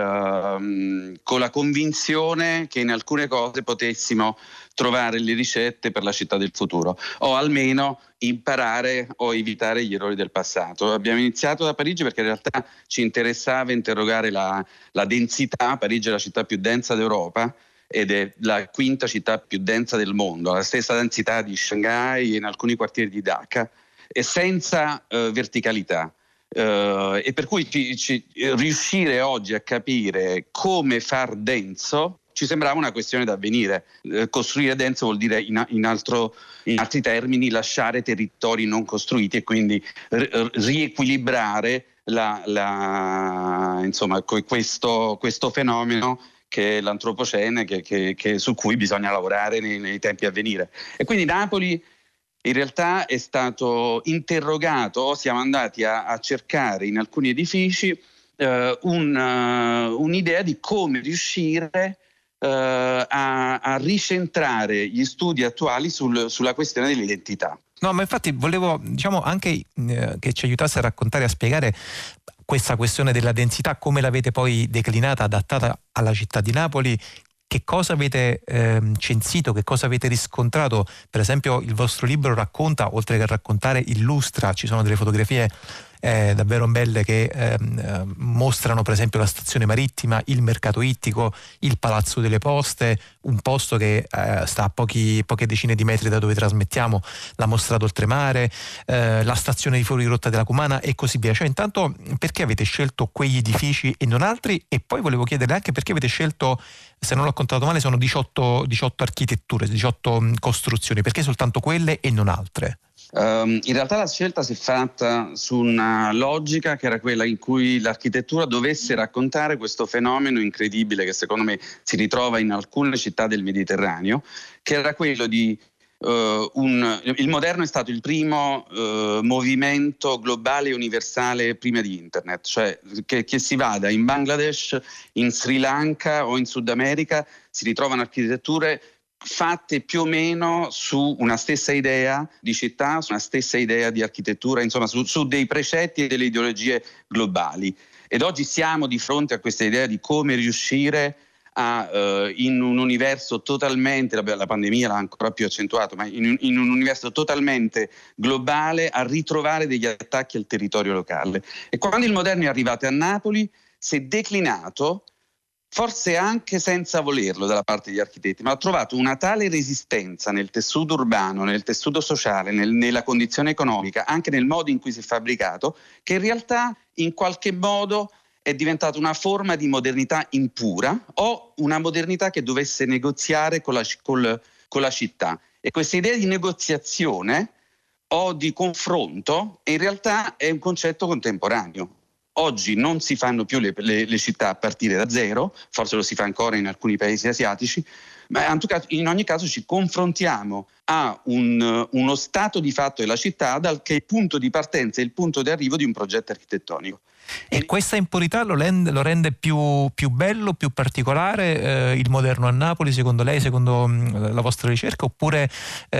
eh, con la convinzione che in alcune cose potessimo trovare le ricette per la città del futuro, o almeno imparare o evitare gli errori del passato. Abbiamo iniziato da Parigi perché in realtà ci interessava interrogare la, la densità. Parigi è la città più densa d'Europa ed è la quinta città più densa del mondo, la stessa densità di Shanghai e in alcuni quartieri di Dhaka, e senza eh, verticalità. Uh, e per cui ci, ci, riuscire oggi a capire come far denso ci sembrava una questione da avvenire. Uh, costruire denso vuol dire in, in, altro, in altri termini lasciare territori non costruiti e quindi r- riequilibrare la, la, insomma, questo, questo fenomeno che è l'antropocene, che, che, che, su cui bisogna lavorare nei, nei tempi a venire. E quindi Napoli in realtà è stato interrogato, siamo andati a, a cercare in alcuni edifici eh, un, uh, un'idea di come riuscire uh, a, a ricentrare gli studi attuali sul, sulla questione dell'identità. No, ma infatti volevo, diciamo, anche eh, che ci aiutasse a raccontare, a spiegare questa questione della densità, come l'avete poi declinata, adattata alla città di Napoli. Che cosa avete eh, censito, che cosa avete riscontrato? Per esempio il vostro libro racconta, oltre che raccontare, illustra, ci sono delle fotografie eh, davvero belle che eh, mostrano per esempio la stazione marittima, il mercato ittico, il Palazzo delle Poste, un posto che eh, sta a pochi, poche decine di metri da dove trasmettiamo, la Mostra d'Oltremare, eh, la stazione di Fuorigrotta della Cumana e così via. Cioè, intanto, perché avete scelto quegli edifici e non altri? E poi volevo chiederle anche perché avete scelto, se non l'ho contato male, sono diciotto, diciotto architetture, diciotto costruzioni, perché soltanto quelle e non altre? Um, in realtà la scelta si è fatta su una logica che era quella in cui l'architettura dovesse raccontare questo fenomeno incredibile che secondo me si ritrova in alcune città del Mediterraneo, che era quello di uh, un, il moderno è stato il primo uh, movimento globale e universale prima di internet, cioè che, che si vada in Bangladesh, in Sri Lanka o in Sud America, si ritrovano architetture fatte più o meno su una stessa idea di città, su una stessa idea di architettura, insomma su, su dei precetti e delle ideologie globali. Ed oggi siamo di fronte a questa idea di come riuscire a, uh, in un universo totalmente, la, la pandemia l'ha ancora più accentuato, ma in, in un universo totalmente globale, a ritrovare degli attacchi al territorio locale. E quando il moderno è arrivato a Napoli si è declinato, forse anche senza volerlo dalla parte degli architetti, ma ha trovato una tale resistenza nel tessuto urbano, nel tessuto sociale, nel, nella condizione economica, anche nel modo in cui si è fabbricato, che in realtà in qualche modo è diventata una forma di modernità impura o una modernità che dovesse negoziare con la, col, con la città. E questa idea di negoziazione o di confronto in realtà è un concetto contemporaneo. Oggi non si fanno più le, le, le città a partire da zero, forse lo si fa ancora in alcuni paesi asiatici, ma in ogni caso ci confrontiamo a un, uno stato di fatto della città dal che il punto di partenza e il punto di arrivo di un progetto architettonico. E questa impurità lo rende, lo rende più, più bello, più particolare eh, il moderno a Napoli, secondo lei, secondo mh, la vostra ricerca, oppure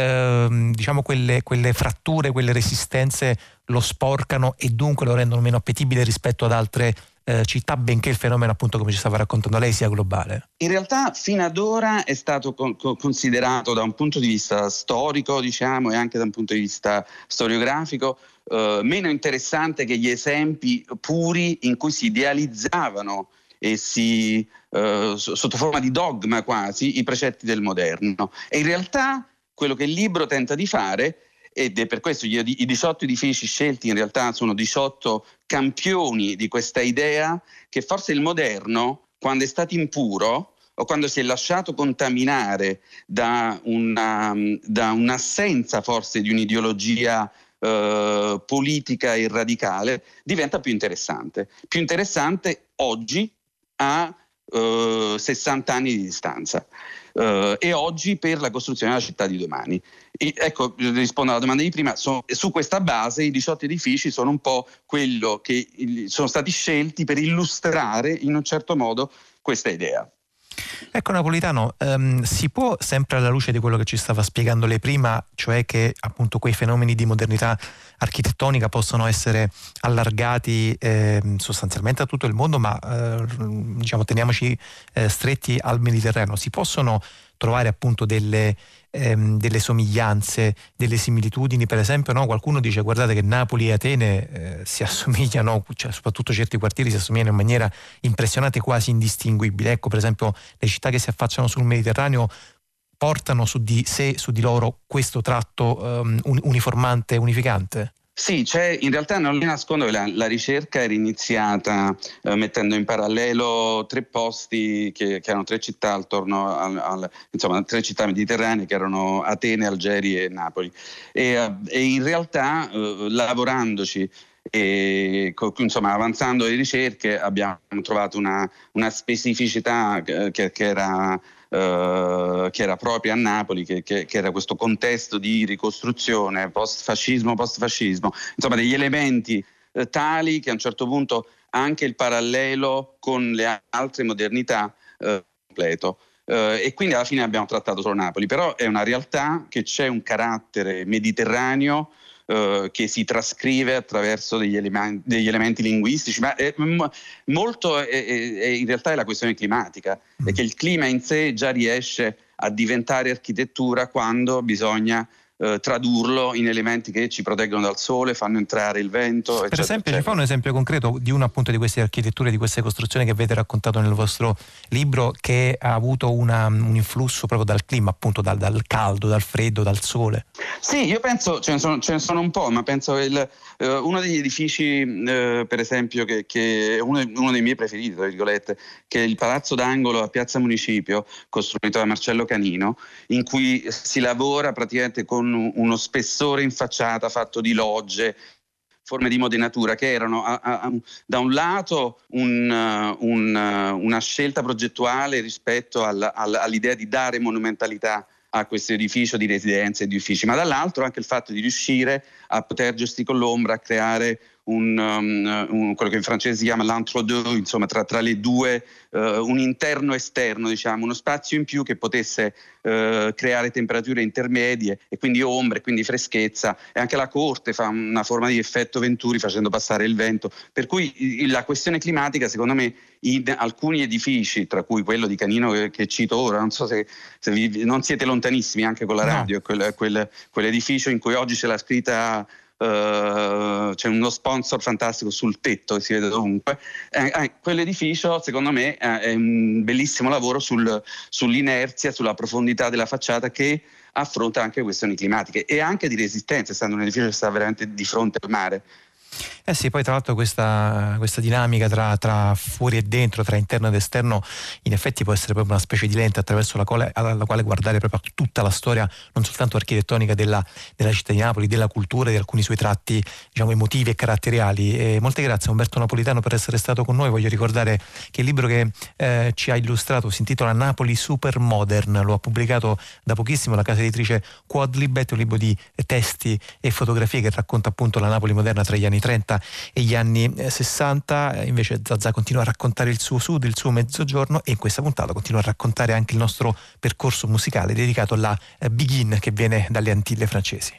eh, diciamo quelle, quelle fratture, quelle resistenze lo sporcano e dunque lo rendono meno appetibile rispetto ad altre eh, città, benché il fenomeno, appunto, come ci stava raccontando lei, sia globale? In realtà fino ad ora è stato con, con, considerato da un punto di vista storico, diciamo, e anche da un punto di vista storiografico, Uh, meno interessante che gli esempi puri in cui si idealizzavano e si uh, sotto forma di dogma quasi i precetti del moderno. E in realtà quello che il libro tenta di fare, ed è per questo gli, i diciotto edifici scelti in realtà sono diciotto campioni di questa idea, che forse il moderno, quando è stato impuro o quando si è lasciato contaminare da, una, da un'assenza forse di un'ideologia Uh, politica e radicale, diventa più interessante. Più interessante oggi a uh, sessanta anni di distanza uh, e oggi per la costruzione della città di domani. E, ecco, rispondo alla domanda di prima, so, su questa base i diciotto edifici sono un po' quello che il, sono stati scelti per illustrare in un certo modo questa idea. Ecco Napolitano, ehm, si può, sempre alla luce di quello che ci stava spiegando lei prima, cioè che appunto quei fenomeni di modernità architettonica possono essere allargati eh, sostanzialmente a tutto il mondo, ma eh, diciamo teniamoci eh, stretti al Mediterraneo, si possono trovare appunto delle, ehm, delle somiglianze, delle similitudini, per esempio, no? Qualcuno dice guardate che Napoli e Atene eh, si assomigliano, cioè, soprattutto certi quartieri si assomigliano in maniera impressionante, quasi indistinguibile. Ecco, per esempio, le città che si affacciano sul Mediterraneo portano su di sé, su di loro, questo tratto um, uniformante, unificante? Sì, c'è, in realtà non le nascondo che la, la ricerca era iniziata eh, mettendo in parallelo tre posti che, che erano tre città attorno al, al, insomma tre città mediterranee che erano Atene, Algeri e Napoli e, e in realtà eh, lavorandoci e insomma avanzando le ricerche abbiamo trovato una, una specificità che, che era Uh, che era propria a Napoli, che, che, che era questo contesto di ricostruzione post-fascismo, post-fascismo, insomma degli elementi uh, tali che a un certo punto anche il parallelo con le altre modernità uh, completo. Uh, e quindi alla fine abbiamo trattato solo Napoli, però è una realtà che c'è un carattere mediterraneo Uh, che si trascrive attraverso degli, elema- degli elementi linguistici, ma è, m- molto è, è, in realtà è la questione climatica, mm. è che il clima in sé già riesce a diventare architettura quando bisogna uh, tradurlo in elementi che ci proteggono dal sole, fanno entrare il vento, eccetera, per esempio eccetera. Ci fa un esempio concreto di una appunto di queste architetture, di queste costruzioni che avete raccontato nel vostro libro, che ha avuto una, un influsso proprio dal clima, appunto dal, dal caldo, dal freddo, dal sole? Sì, io penso, ce ne sono, ce ne sono un po', ma penso che il, eh, uno degli edifici, eh, per esempio, che, che è uno, uno dei miei preferiti, tra virgolette, che è il Palazzo d'Angolo a Piazza Municipio, costruito da Marcello Canino, in cui si lavora praticamente con uno spessore in facciata fatto di logge, forme di modenatura che erano a, a, da un lato un, un, una scelta progettuale rispetto alla, all'idea di dare monumentalità a questo edificio di residenze e di uffici, ma dall'altro anche il fatto di riuscire a poter gestire con l'ombra, a creare un, um, un, quello che in francese si chiama l'entre-deux, insomma tra, tra le due, uh, un interno esterno, diciamo, uno spazio in più che potesse uh, creare temperature intermedie e quindi ombre, quindi freschezza, e anche la corte fa una forma di effetto Venturi facendo passare il vento, per cui la questione climatica secondo me in alcuni edifici, tra cui quello di Canino che, che cito ora, non so se, se vi, non siete lontanissimi anche con la radio, no. quel, quel, quell'edificio in cui oggi c'è la scritta Uh, c'è uno sponsor fantastico sul tetto che si vede dovunque, eh, eh, quell'edificio secondo me eh, è un bellissimo lavoro sul, sull'inerzia, sulla profondità della facciata che affronta anche questioni climatiche e anche di resistenza, essendo un edificio che sta veramente di fronte al mare. Eh sì, poi tra l'altro questa, questa dinamica tra, tra fuori e dentro, tra interno ed esterno, in effetti può essere proprio una specie di lente attraverso la quale, alla quale guardare proprio tutta la storia, non soltanto architettonica della, della città di Napoli, della cultura e di alcuni suoi tratti, diciamo, emotivi e caratteriali. E molte grazie Umberto Napolitano per essere stato con noi. Voglio ricordare che il libro che eh, ci ha illustrato si intitola Napoli Super Modern, lo ha pubblicato da pochissimo la casa editrice Quadlibet, un libro di testi e fotografie che racconta appunto la Napoli moderna tra gli anni trenta e gli anni sessanta. Invece Zazà continua a raccontare il suo sud, il suo mezzogiorno, e in questa puntata continua a raccontare anche il nostro percorso musicale dedicato alla Begin che viene dalle Antille francesi.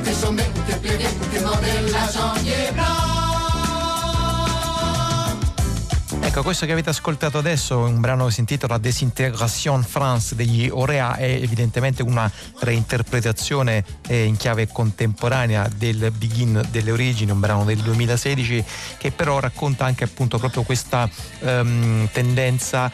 tes sommets, pour te plaider, pour te demander la changer blanc. Ecco, questo che avete ascoltato adesso è un brano che si intitola Desintegration France degli Orea, è evidentemente una reinterpretazione eh, in chiave contemporanea del Begin delle origini, un brano del duemilasedici che però racconta anche appunto proprio questa um, tendenza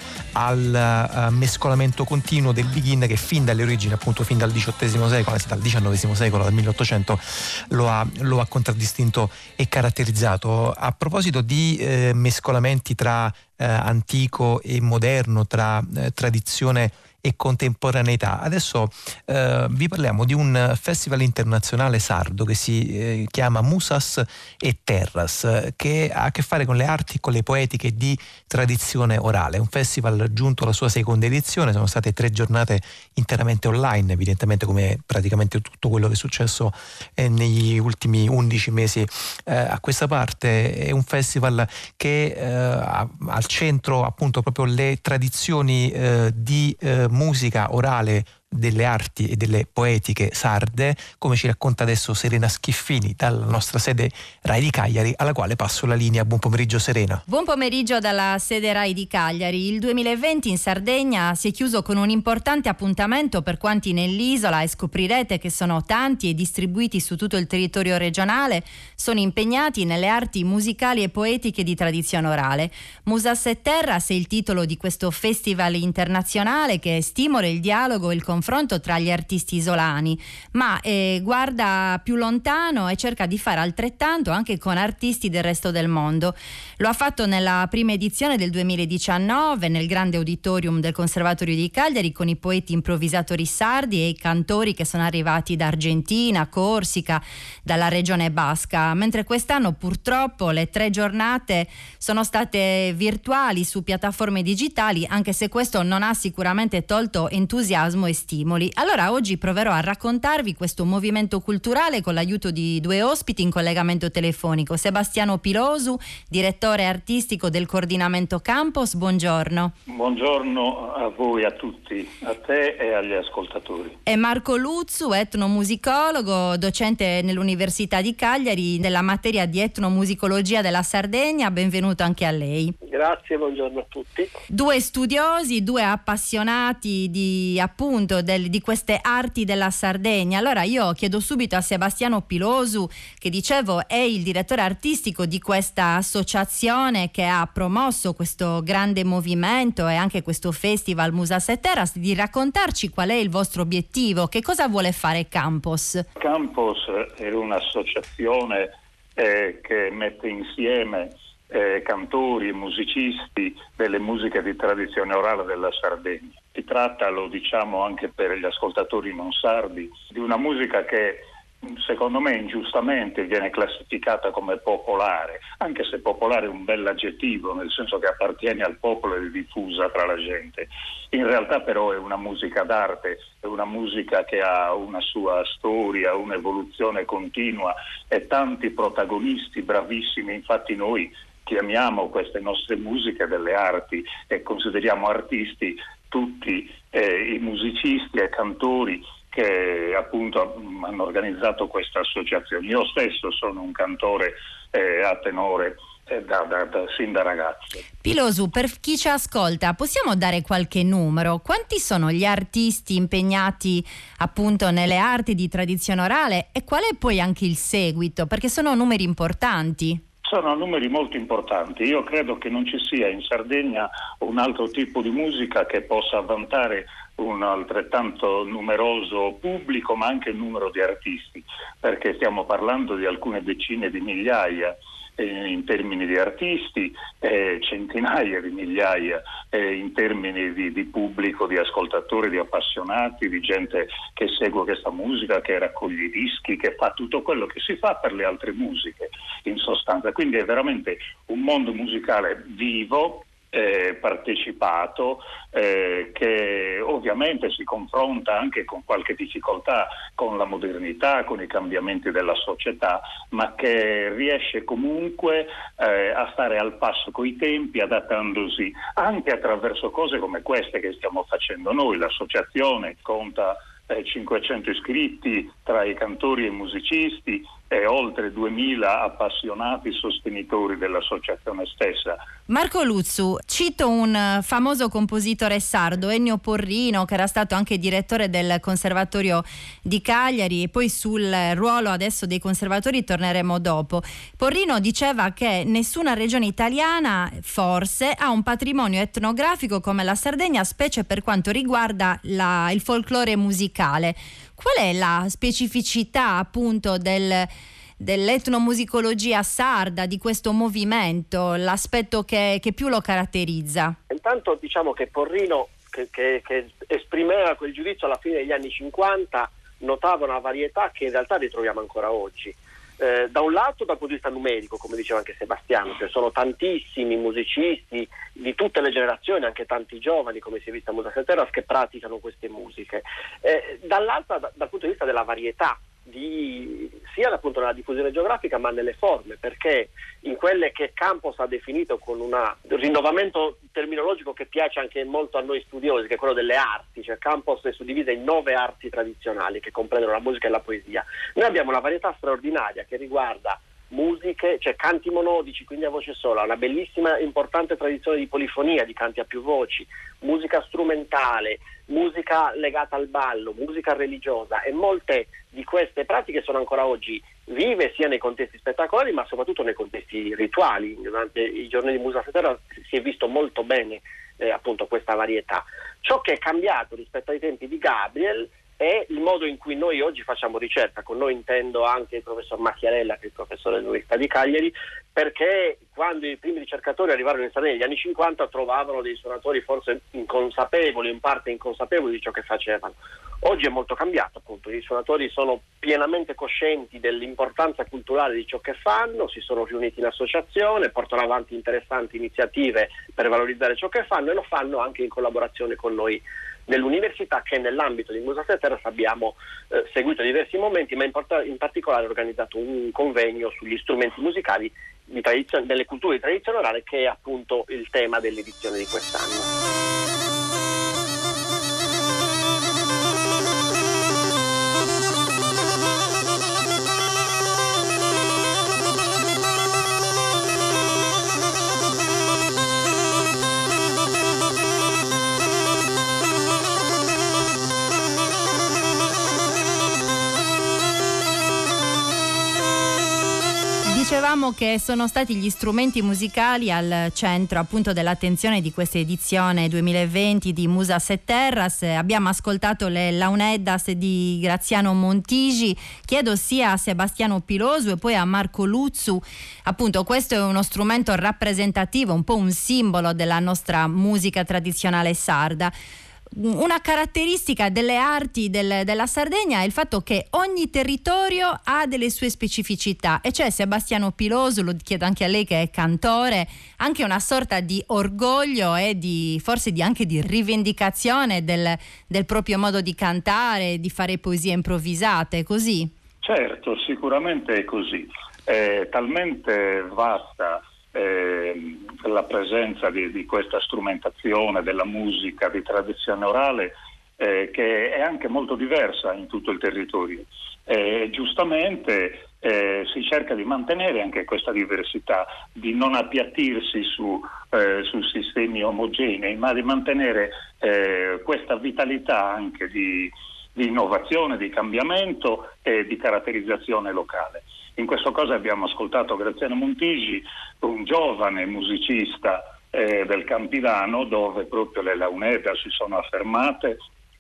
al uh, mescolamento continuo del Begin che fin dalle origini, appunto fin dal diciottesimo secolo, anzi dal diciannovesimo secolo, dal milleottocento lo ha, lo ha contraddistinto e caratterizzato. A proposito di eh, mescolamenti tra Eh, antico e moderno, tra eh, tradizione e contemporaneità, adesso eh, vi parliamo di un festival internazionale sardo che si eh, chiama Musas e Terras, eh, che ha a che fare con le arti, con le poetiche di tradizione orale. Un festival giunto alla sua seconda edizione, sono state tre giornate interamente online, evidentemente come praticamente tutto quello che è successo eh, negli ultimi undici mesi eh, a questa parte. È un festival che eh, ha al centro appunto proprio le tradizioni eh, di eh, musica orale, delle arti e delle poetiche sarde, come ci racconta adesso Serena Schiffini dalla nostra sede Rai di Cagliari, alla quale passo la linea. Buon pomeriggio Serena. Buon pomeriggio dalla sede Rai di Cagliari. Il duemilaventi in Sardegna si è chiuso con un importante appuntamento per quanti nell'isola, e scoprirete che sono tanti e distribuiti su tutto il territorio regionale, sono impegnati nelle arti musicali e poetiche di tradizione orale. Musas e Terras è il titolo di questo festival internazionale che stimola il dialogo e il confronto tra gli artisti isolani, ma eh, guarda più lontano e cerca di fare altrettanto anche con artisti del resto del mondo. Lo ha fatto nella prima edizione del duemiladiciannove nel grande auditorium del Conservatorio di Cagliari con i poeti improvvisatori sardi e i cantori che sono arrivati da Argentina, Corsica, dalla regione basca, mentre quest'anno purtroppo le tre giornate sono state virtuali su piattaforme digitali, anche se questo non ha sicuramente tolto entusiasmo e stimoli. Allora oggi proverò a raccontarvi questo movimento culturale con l'aiuto di due ospiti in collegamento telefonico. Sebastiano Pilosu, direttore artistico del coordinamento Campos, buongiorno. Buongiorno a voi, a tutti, a te e agli ascoltatori. E Marco Luzzu, etnomusicologo, docente nell'Università di Cagliari nella materia di etnomusicologia della Sardegna. Benvenuto anche a lei. Grazie, buongiorno a tutti. Due studiosi, due appassionati di appunto del, di queste arti della Sardegna. Allora io chiedo subito a Sebastiano Pilosu, che dicevo è il direttore artistico di questa associazione che ha promosso questo grande movimento e anche questo festival Musas e Terras, di raccontarci qual è il vostro obiettivo, che cosa vuole fare Campos. Campos è un'associazione eh, che mette insieme Eh, cantori e musicisti delle musiche di tradizione orale della Sardegna. Si tratta, lo diciamo anche per gli ascoltatori non sardi, di una musica che secondo me ingiustamente viene classificata come popolare, anche se popolare è un bell'aggettivo, nel senso che appartiene al popolo e è diffusa tra la gente. In realtà però è una musica d'arte, è una musica che ha una sua storia, un'evoluzione continua e tanti protagonisti bravissimi. Infatti noi chiamiamo queste nostre musiche delle arti e consideriamo artisti tutti eh, i musicisti e cantori che appunto hanno organizzato questa associazione. Io stesso sono un cantore eh, a tenore eh, da, da, da, sin da ragazzo. Pilosu, per chi ci ascolta, possiamo dare qualche numero? Quanti sono gli artisti impegnati appunto nelle arti di tradizione orale e qual è poi anche il seguito? Perché sono numeri importanti. Sono numeri molto importanti. Io credo che non ci sia in Sardegna un altro tipo di musica che possa vantare un altrettanto numeroso pubblico, ma anche il numero di artisti, perché stiamo parlando di alcune decine di migliaia eh, in termini di artisti, eh, centinaia di migliaia eh, in termini di, di pubblico, di ascoltatori, di appassionati, di gente che segue questa musica, che raccoglie i dischi, che fa tutto quello che si fa per le altre musiche in sostanza. Quindi è veramente un mondo musicale vivo, Eh, partecipato, eh, che ovviamente si confronta anche con qualche difficoltà con la modernità, con i cambiamenti della società, ma che riesce comunque eh, a stare al passo coi tempi, adattandosi anche attraverso cose come queste che stiamo facendo noi. L'associazione conta eh, cinquecento iscritti tra i cantori e musicisti e oltre duemila appassionati sostenitori dell'associazione stessa. Marco Luzzu, cito un famoso compositore sardo, Ennio Porrino, che era stato anche direttore del Conservatorio di Cagliari, e poi sul ruolo adesso dei conservatori torneremo dopo. Porrino diceva che nessuna regione italiana forse ha un patrimonio etnografico come la Sardegna, specie per quanto riguarda la, il folklore musicale. Qual è la specificità appunto del, dell'etnomusicologia sarda, di questo movimento, l'aspetto che, che più lo caratterizza? Intanto diciamo che Porrino, che, che, che esprimeva quel giudizio alla fine degli anni cinquanta, notava una varietà che in realtà ritroviamo ancora oggi. Eh, da un lato dal punto di vista numerico, come diceva anche Sebastiano, cioè sono tantissimi musicisti di tutte le generazioni, anche tanti giovani, come si è visto a Musa Setteras, che praticano queste musiche. Eh, dall'altro da, dal punto di vista della varietà, di, sia appunto nella diffusione geografica ma nelle forme, perché in quelle che Campos ha definito con un rinnovamento terminologico che piace anche molto a noi studiosi, che è quello delle arti, cioè Campos è suddivisa in nove arti tradizionali che comprendono la musica e la poesia. Noi abbiamo una varietà straordinaria che riguarda musiche, cioè canti monodici, quindi a voce sola, una bellissima importante tradizione di polifonia, di canti a più voci, musica strumentale, musica legata al ballo, musica religiosa, e molte di queste pratiche sono ancora oggi vive sia nei contesti spettacolari ma soprattutto nei contesti rituali. Durante i giorni di Musa Setteras si è visto molto bene eh, appunto questa varietà. Ciò che è cambiato rispetto ai tempi di Gabriel è il modo in cui noi oggi facciamo ricerca. Con noi intendo anche il professor Macchiarella, che è il professore dell'Università di Cagliari, perché quando i primi ricercatori arrivarono in Sardegna negli anni cinquanta trovavano dei suonatori forse inconsapevoli, in parte inconsapevoli di ciò che facevano. Oggi è molto cambiato, appunto, i suonatori sono pienamente coscienti dell'importanza culturale di ciò che fanno, si sono riuniti in associazione, portano avanti interessanti iniziative per valorizzare ciò che fanno, e lo fanno anche in collaborazione con noi nell'università, che nell'ambito di Musa Setteras abbiamo eh, seguito diversi momenti, ma in, porta- in particolare organizzato un convegno sugli strumenti musicali di tradizione, delle culture di tradizione orale, che è appunto il tema dell'edizione di quest'anno. Dicevamo che sono stati gli strumenti musicali al centro appunto dell'attenzione di questa edizione duemilaventi di Musa Setteras. Abbiamo ascoltato le Launeddas di Graziano Montigi. Chiedo sia a Sebastiano Pilosu e poi a Marco Luzzu, appunto questo è uno strumento rappresentativo, un po' un simbolo della nostra musica tradizionale sarda. Una caratteristica delle arti del, della Sardegna è il fatto che ogni territorio ha delle sue specificità, e c'è, Sebastiano Pilosu, lo chiedo anche a lei che è cantore, anche una sorta di orgoglio e di forse di, anche di rivendicazione del, del proprio modo di cantare, di fare poesie improvvisate, così? Certo, sicuramente è così. È talmente vasta Eh, la presenza di, di questa strumentazione della musica di tradizione orale eh, che è anche molto diversa in tutto il territorio. Eh, giustamente eh, si cerca di mantenere anche questa diversità, di non appiattirsi su, eh, su sistemi omogenei, ma di mantenere eh, questa vitalità anche di, di innovazione, di cambiamento e di caratterizzazione locale. In questo caso abbiamo ascoltato Graziano Montigi, un giovane musicista eh, del Campidano, dove proprio le Launeddas si sono affermate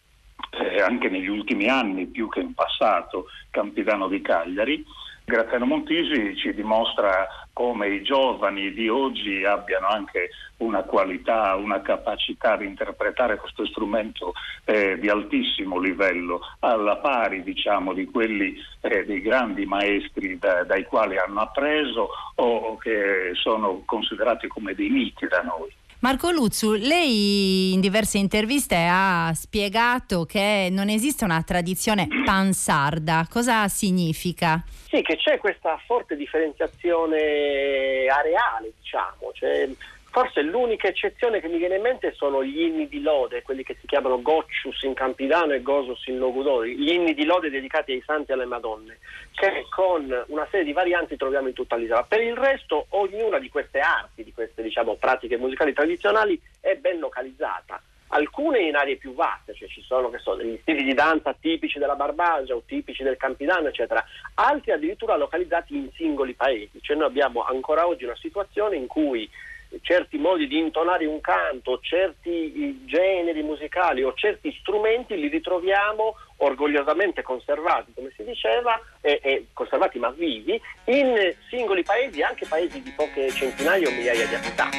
eh, anche negli ultimi anni, più che in passato, Campidano di Cagliari. Graziano Montigi ci dimostra come i giovani di oggi abbiano anche una qualità, una capacità di interpretare questo strumento eh, di altissimo livello, alla pari, diciamo, di quelli eh, dei grandi maestri da, dai quali hanno appreso o che sono considerati come dei miti da noi. Marco Luzzu, lei in diverse interviste ha spiegato che non esiste una tradizione pansarda. Cosa significa? Sì, che c'è questa forte differenziazione areale, diciamo, cioè Forse l'unica eccezione che mi viene in mente sono gli inni di lode, quelli che si chiamano Goccius in Campidano e Gosus in Logudori, gli inni di lode dedicati ai santi e alle Madonne, che con una serie di varianti troviamo in tutta l'isola. Per il resto ognuna di queste arti, di queste diciamo pratiche musicali tradizionali è ben localizzata. Alcune in aree più vaste, cioè ci sono che so, degli stili di danza tipici della Barbagia o tipici del Campidano, eccetera, altri addirittura localizzati in singoli paesi. Cioè noi abbiamo ancora oggi una situazione in cui certi modi di intonare un canto, certi generi musicali o certi strumenti li ritroviamo orgogliosamente conservati, come si diceva, e, e conservati ma vivi, in singoli paesi, anche paesi di poche centinaia o migliaia di abitanti.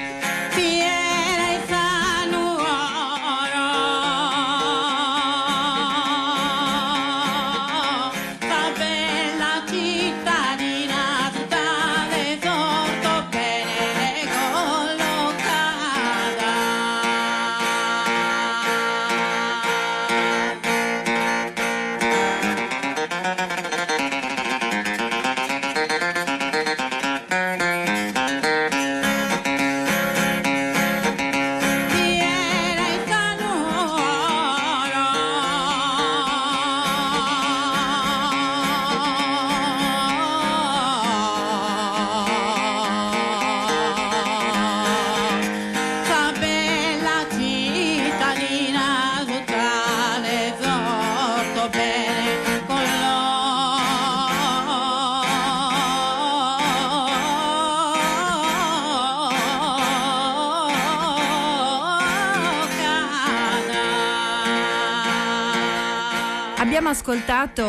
Abbiamo ascoltato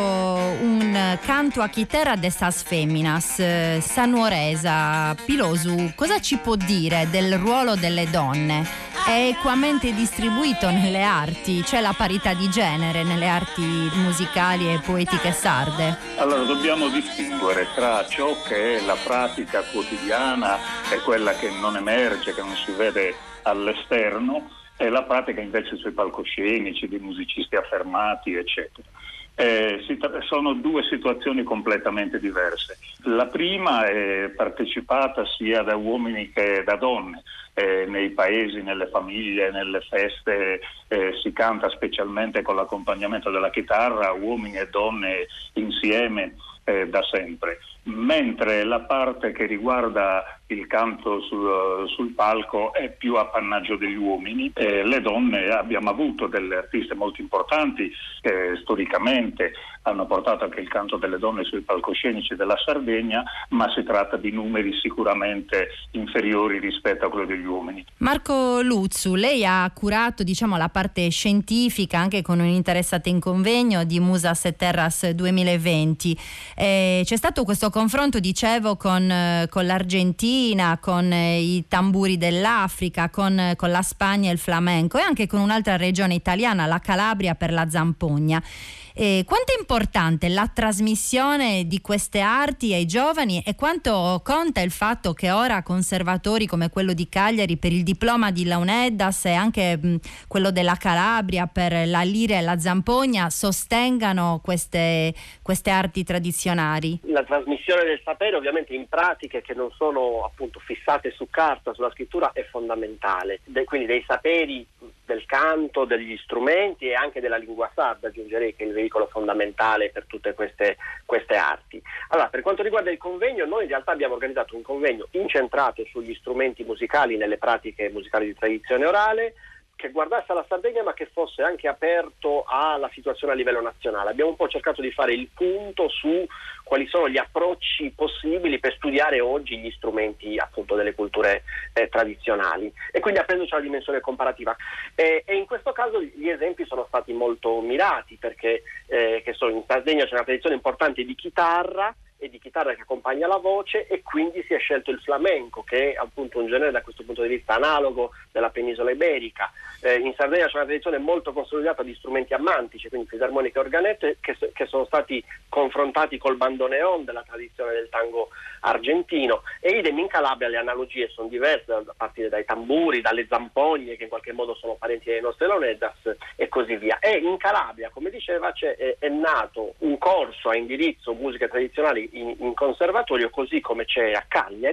un canto a chitarra de sas feminas, eh, sanuoresa. Pilosu, cosa ci può dire del ruolo delle donne? È equamente distribuito nelle arti? C'è la parità di genere nelle arti musicali e poetiche sarde? Allora dobbiamo distinguere tra ciò che è la pratica quotidiana e quella che non emerge, che non si vede all'esterno, e la pratica invece sui palcoscenici, di musicisti affermati, eccetera. Eh, si tra- sono due situazioni completamente diverse. La prima è partecipata sia da uomini che da donne. Eh, nei paesi, nelle famiglie, nelle feste eh, si canta specialmente con l'accompagnamento della chitarra, uomini e donne insieme eh, da sempre. Mentre la parte che riguarda il canto sul, sul palco è più appannaggio degli uomini. Eh, le donne, abbiamo avuto delle artiste molto importanti che storicamente hanno portato anche il canto delle donne sui palcoscenici della Sardegna, ma si tratta di numeri sicuramente inferiori rispetto a quello degli uomini. Marco Luzzu, lei ha curato diciamo la parte scientifica anche con un interessante in convegno di Musas et Terras duemilaventi. Eh, c'è stato questo confronto, dicevo, con, eh, con l'Argentina, con eh, i tamburi dell'Africa, con, con la Spagna e il flamenco, e anche con un'altra regione italiana, la Calabria, per la zampogna. Eh, quanto è importante la trasmissione di queste arti ai giovani e quanto conta il fatto che ora conservatori come quello di Cagliari per il diploma di Launeddas e anche mh, quello della Calabria per la lira e la zampogna sostengano queste, queste arti tradizionali? La trasmissione del sapere ovviamente in pratiche che non sono appunto fissate su carta, sulla scrittura, è fondamentale. De, quindi dei saperi del canto, degli strumenti e anche della lingua sarda, aggiungerei, che è il veicolo fondamentale per tutte queste, queste arti. Allora, per quanto riguarda il convegno, noi in realtà abbiamo organizzato un convegno incentrato sugli strumenti musicali nelle pratiche musicali di tradizione orale, che guardasse alla Sardegna ma che fosse anche aperto alla situazione a livello nazionale. Abbiamo un po' cercato di fare il punto su quali sono gli approcci possibili per studiare oggi gli strumenti appunto delle culture eh, tradizionali, e quindi ha preso una dimensione comparativa. E, e in questo caso gli esempi sono stati molto mirati, perché eh, che so, in Sardegna c'è una tradizione importante di chitarra e di chitarra che accompagna la voce, e quindi si è scelto il flamenco, che è appunto un genere da questo punto di vista analogo della penisola iberica. Eh, in Sardegna c'è una tradizione molto consolidata di strumenti ammantici, quindi fisarmoniche e organette, che, che sono stati confrontati col bandoneon della tradizione del tango argentino, e idem in Calabria le analogie sono diverse, a partire dai tamburi, dalle zampogne, che in qualche modo sono parenti dei nostri Launeddas, e così via. E in Calabria, come diceva, c'è, è, è nato un corso a indirizzo musiche tradizionali in, in conservatorio, così come c'è a Cagliari,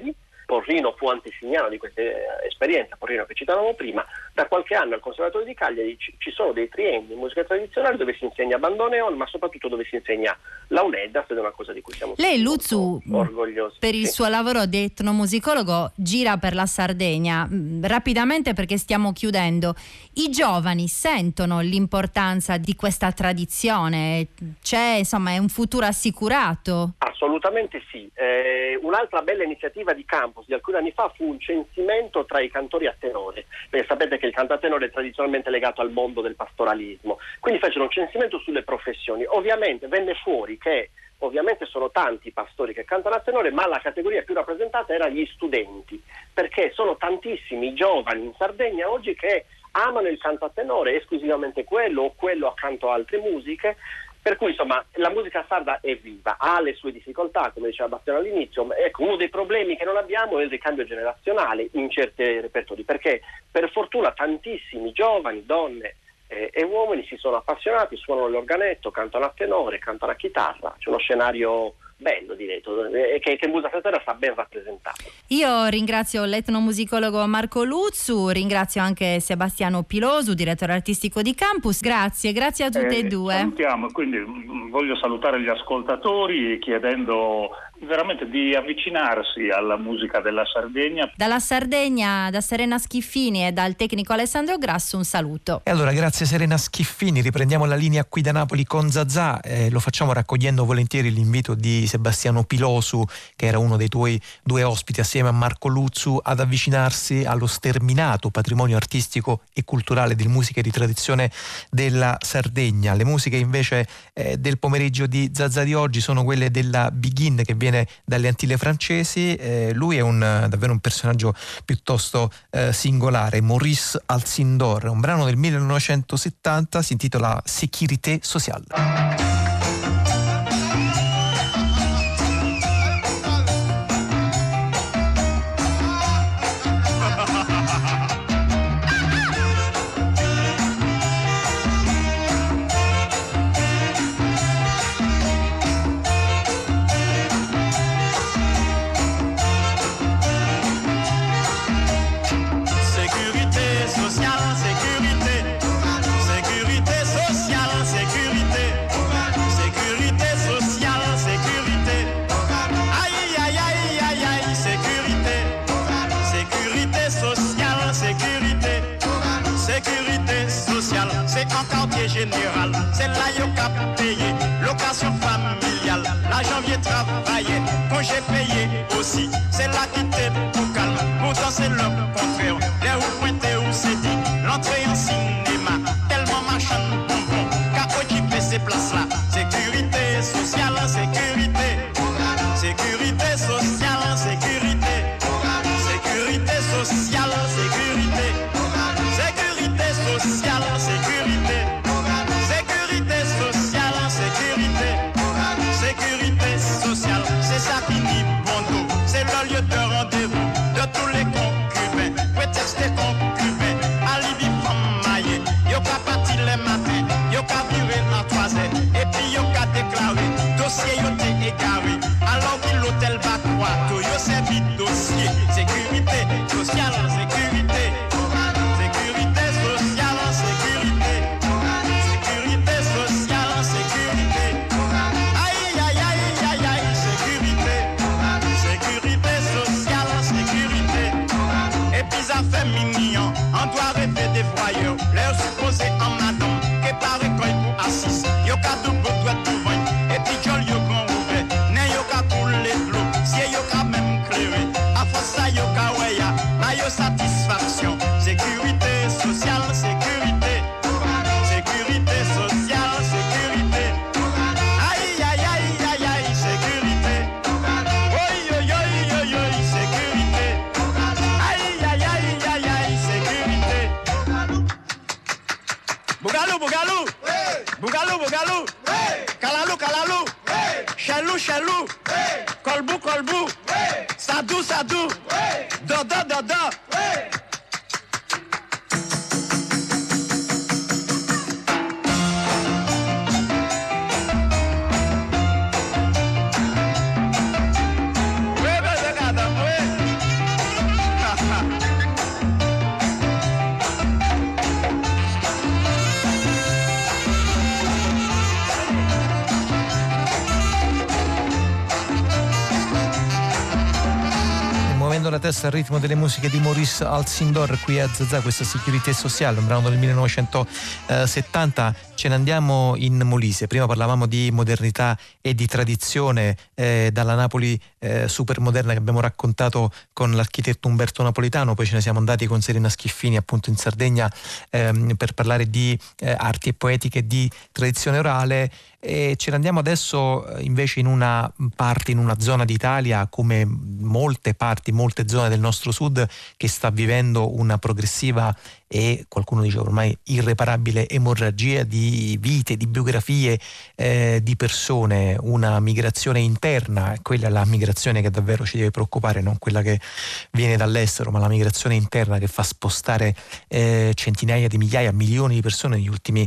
Porrino fu antesignano di queste esperienze, Porrino che citavamo prima. Da qualche anno al Conservatorio di Cagliari ci, ci sono dei trienni in musica tradizionale dove si insegna bandoneon, ma soprattutto dove si insegna launeddas, ed è una cosa di cui siamo Lei, Luzzu, orgogliosi. Per il sì. suo lavoro di etnomusicologo gira per la Sardegna. Rapidamente, perché stiamo chiudendo, i giovani sentono l'importanza di questa tradizione? C'è, insomma, è un futuro assicurato? Assolutamente sì. Eh, un'altra bella iniziativa di campus di alcuni anni fa fu un censimento tra i cantori a tenore, perché sapete che il canto a tenore è tradizionalmente legato al mondo del pastoralismo, quindi fecero un censimento sulle professioni. Ovviamente venne fuori che ovviamente sono tanti i pastori che cantano a tenore, ma la categoria più rappresentata era gli studenti, perché sono tantissimi i giovani in Sardegna oggi che amano il canto a tenore, esclusivamente quello o quello accanto a altre musiche. Per cui insomma la musica sarda è viva, ha le sue difficoltà, come diceva Bastiano all'inizio. Ecco, uno dei problemi che non abbiamo è il ricambio generazionale in certi repertori, perché per fortuna tantissimi giovani, donne eh, e uomini si sono appassionati, suonano l'organetto, cantano a tenore, cantano a chitarra. C'è uno scenario bello, direi, e che, che Musa Fratera sta ben rappresentato. Io ringrazio l'etnomusicologo Marco Luzzu, ringrazio anche Sebastiano Pilosu, direttore artistico di Campus. Grazie, grazie a tutte eh, e due. Salutiamo, quindi voglio salutare gli ascoltatori chiedendo veramente di avvicinarsi alla musica della Sardegna. Dalla Sardegna, da Serena Schiffini e dal tecnico Alessandro Grasso, un saluto. E allora, grazie Serena Schiffini, riprendiamo la linea qui da Napoli con Zazà, eh, lo facciamo raccogliendo volentieri l'invito di Sebastiano Pilosu, che era uno dei tuoi due ospiti assieme a Marco Luzzu, ad avvicinarsi allo sterminato patrimonio artistico e culturale di musica e di tradizione della Sardegna. Le musiche invece eh, del pomeriggio di Zazà di oggi sono quelle della Begin, che viene dalle Antille francesi. Eh, lui è un, davvero un personaggio piuttosto eh, singolare, Maurice Alcindor. Un brano del millenovecentosettanta, si intitola Sécurité sociale. Général, c'est là yo cap payé, location familiale, l'argent vient travailler, congé payé aussi, c'est là qui t'est pour calme, pourtant c'est le contraire, les roues pointées où c'est dit, l'entrée en cinéma, tellement marchand bonbon, qu'à occuper ces places-là, sécurité sociale, sécurité, sécurité sociale, sécurité, sécurité sociale, sécurité, sécurité sociale, sécurité. Sécurité sociale, c'est ça qui dit bon dos. C'est le lieu de rendez-vous de tous les concubins. Prétexte des concubins, alibi femme maillée. Yo ka parti les matins, yo ka viré en trois heures. Et puis yo ka déclaré, dossier yo t'est égaré. Alors que l'hôtel va croire, tout yo servi dossier. Sécurité sociale, sécurité. Sécurité sociale, sécurité. Sécurité sociale, sécurité. Aïe, aïe, aïe, aïe, aïe, sécurité. Sécurité sociale, sécurité. Et puis ça fait mignon, on doit rêver des voyeurs. Leur supposé en madame, qui paraît qu'on pour assis. Yo ka double doit tout vendre. Et puis jol yo grand ouvert, ne yo ka couler de l'eau. Si yo ka même clairé, à force ça yo ka weya, na yo satisfaction. Sécurité sociale, sécurité. Sécurité sociale, sécurité. Aïe, aïe, aïe, aïe, aïe, sécurité. Oi, oi, oi, oi, oi, sécurité. Aïe, aïe, aïe, aïe, aïe, sécurité. Bougalou, Bougalou. Bougalou, Bougalou. Kalalou, Kalalou. Chelou, Chelou. Kolbou, Kolbou. Sadou, Sadou. Dodo, Dodo. muovendo la testa al ritmo delle musiche di Maurice Alcindor qui a Zazà, questa Sécurité Sociale, un brano del millenovecentosettanta. Ce ne andiamo in Molise. Prima parlavamo di modernità e di tradizione, eh, dalla Napoli eh, supermoderna che abbiamo raccontato con l'architetto Umberto Napolitano, poi ce ne siamo andati con Serena Schiffini appunto in Sardegna ehm, per parlare di eh, arti e poetiche, di tradizione orale, e ce ne andiamo adesso invece in una parte, in una zona d'Italia come molte parti, molte zone del nostro sud, che sta vivendo una progressiva e qualcuno dice ormai irreparabile emorragia di vite, di biografie, eh, di persone, una migrazione interna. Quella è la migrazione che davvero ci deve preoccupare, non quella che viene dall'estero, ma la migrazione interna che fa spostare eh, centinaia di migliaia, milioni di persone negli ultimi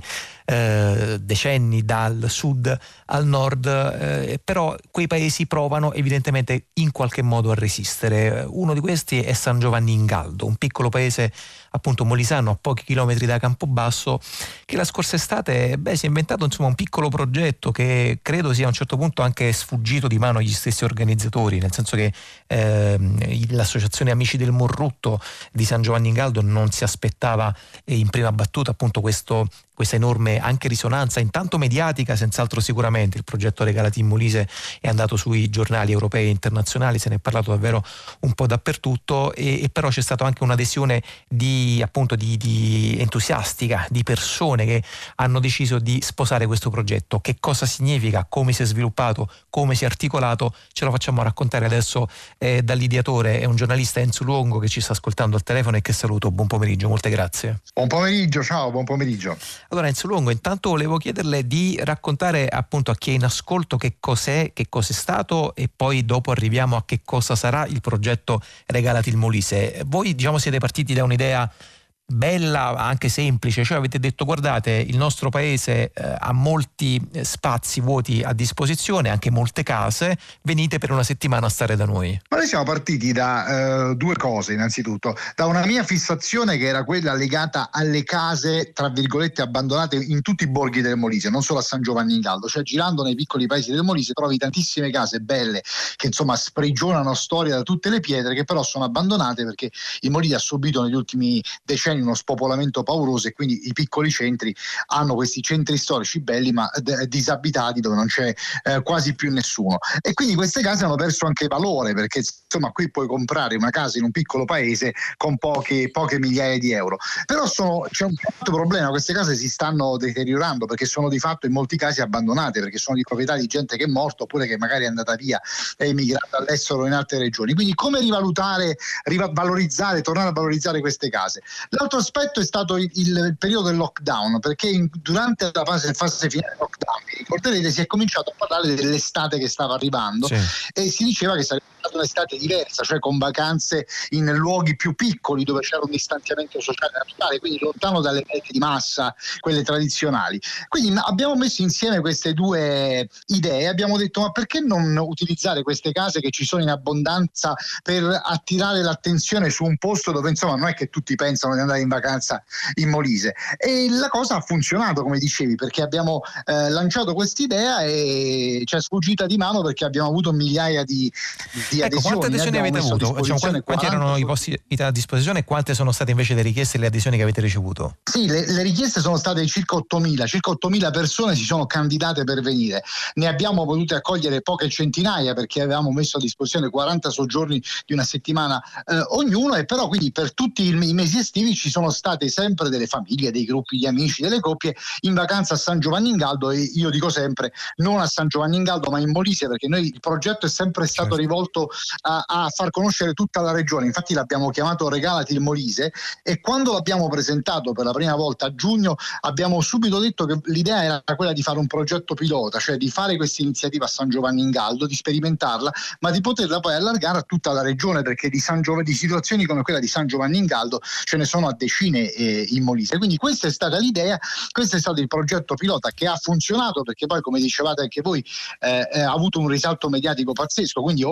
eh, decenni dal sud al nord, eh, però quei paesi provano evidentemente in qualche modo a resistere. Uno di questi è San Giovanni in Galdo, un piccolo paese appunto molisano a pochi chilometri da Campobasso, che la scorsa estate beh, si è inventato insomma un piccolo progetto che credo sia a un certo punto anche sfuggito di mano agli stessi organizzatori, nel senso che eh, l'associazione Amici del Morrutto di San Giovanni in Galdo non si aspettava eh, in prima battuta appunto questo questa enorme anche risonanza, intanto mediatica senz'altro sicuramente. Il progetto Regalati in Molise è andato sui giornali europei e internazionali, se ne è parlato davvero un po' dappertutto, e, e però c'è stata anche un'adesione di appunto di, di entusiastica, di persone che hanno deciso di sposare questo progetto. Che cosa significa, come si è sviluppato, come si è articolato, ce lo facciamo raccontare adesso eh, dall'ideatore, è un giornalista, Enzo Luongo, che ci sta ascoltando al telefono e che saluto. Buon pomeriggio, molte grazie. Buon pomeriggio, ciao, buon pomeriggio. Allora Enzo Luongo, intanto volevo chiederle di raccontare appunto a chi è in ascolto che cos'è, che cos'è stato, e poi dopo arriviamo a che cosa sarà il progetto Regalati il Molise. Voi diciamo siete partiti da un'idea bella, anche semplice, cioè avete detto guardate, il nostro paese eh, ha molti spazi vuoti a disposizione, anche molte case, venite per una settimana a stare da noi. Ma noi siamo partiti da uh, due cose. Innanzitutto da una mia fissazione che era quella legata alle case tra virgolette abbandonate in tutti i borghi del Molise, non solo a San Giovanni in Galdo, cioè girando nei piccoli paesi del Molise trovi tantissime case belle che insomma sprigionano storia da tutte le pietre, che però sono abbandonate perché il Molise ha subito negli ultimi decenni uno spopolamento pauroso, e quindi i piccoli centri hanno questi centri storici belli ma d- disabitati, dove non c'è eh, quasi più nessuno, e quindi queste case hanno perso anche valore, perché insomma qui puoi comprare una casa in un piccolo paese con poche, poche migliaia di euro. Però sono, c'è un altro problema: queste case si stanno deteriorando perché sono di fatto in molti casi abbandonate, perché sono di proprietà di gente che è morta oppure che magari è andata via, è emigrata all'estero in altre regioni. Quindi come rivalutare, rivalorizzare, tornare a valorizzare queste case? L'altro aspetto è stato il, il periodo del lockdown, perché in, durante la fase, fase finale del lockdown, vi ricorderete, si è cominciato a parlare dell'estate che stava arrivando, sì. E si diceva che sarebbe stata un'estate diversa, cioè con vacanze in luoghi più piccoli dove c'era un distanziamento sociale naturale, quindi lontano dalle mete di massa, quelle tradizionali. Quindi abbiamo messo insieme queste due idee, abbiamo detto ma perché non utilizzare queste case che ci sono in abbondanza per attirare l'attenzione su un posto dove insomma non è che tutti pensano di andare in vacanza in Molise. E la cosa ha funzionato, come dicevi, perché abbiamo eh, lanciato quest'idea e ci è sfuggita di mano perché abbiamo avuto migliaia di, di ecco, adesioni. Quante adesioni avete avuto? Diciamo, quanti, quanti erano i posti a disposizione e quante sono state invece le richieste e le adesioni che avete ricevuto? Sì, le, le richieste sono state circa ottomila, circa ottomila persone si sono candidate per venire. Ne abbiamo potute accogliere poche centinaia perché avevamo messo a disposizione quaranta soggiorni di una settimana eh, ognuno, e però quindi per tutti i, i mesi estivi ci sono state sempre delle famiglie, dei gruppi di amici, delle coppie in vacanza a San Giovanni in Galdo. E io dico sempre non a San Giovanni in Galdo ma in Molise, perché noi il progetto è sempre stato certo. rivolto a, a far conoscere tutta la regione. Infatti l'abbiamo chiamato Regalati il Molise, e quando l'abbiamo presentato per la prima volta a giugno abbiamo subito detto che l'idea era quella di fare un progetto pilota, cioè di fare questa iniziativa a San Giovanni in Galdo, di sperimentarla, ma di poterla poi allargare a tutta la regione, perché di, San Giov- di situazioni come quella di San Giovanni in Galdo ce ne sono a decine eh, in Molise. Quindi questa è stata l'idea, questo è stato il progetto pilota che ha funzionato, perché poi come dicevate anche voi eh, ha avuto un risalto mediatico pazzesco. Quindi oltre al,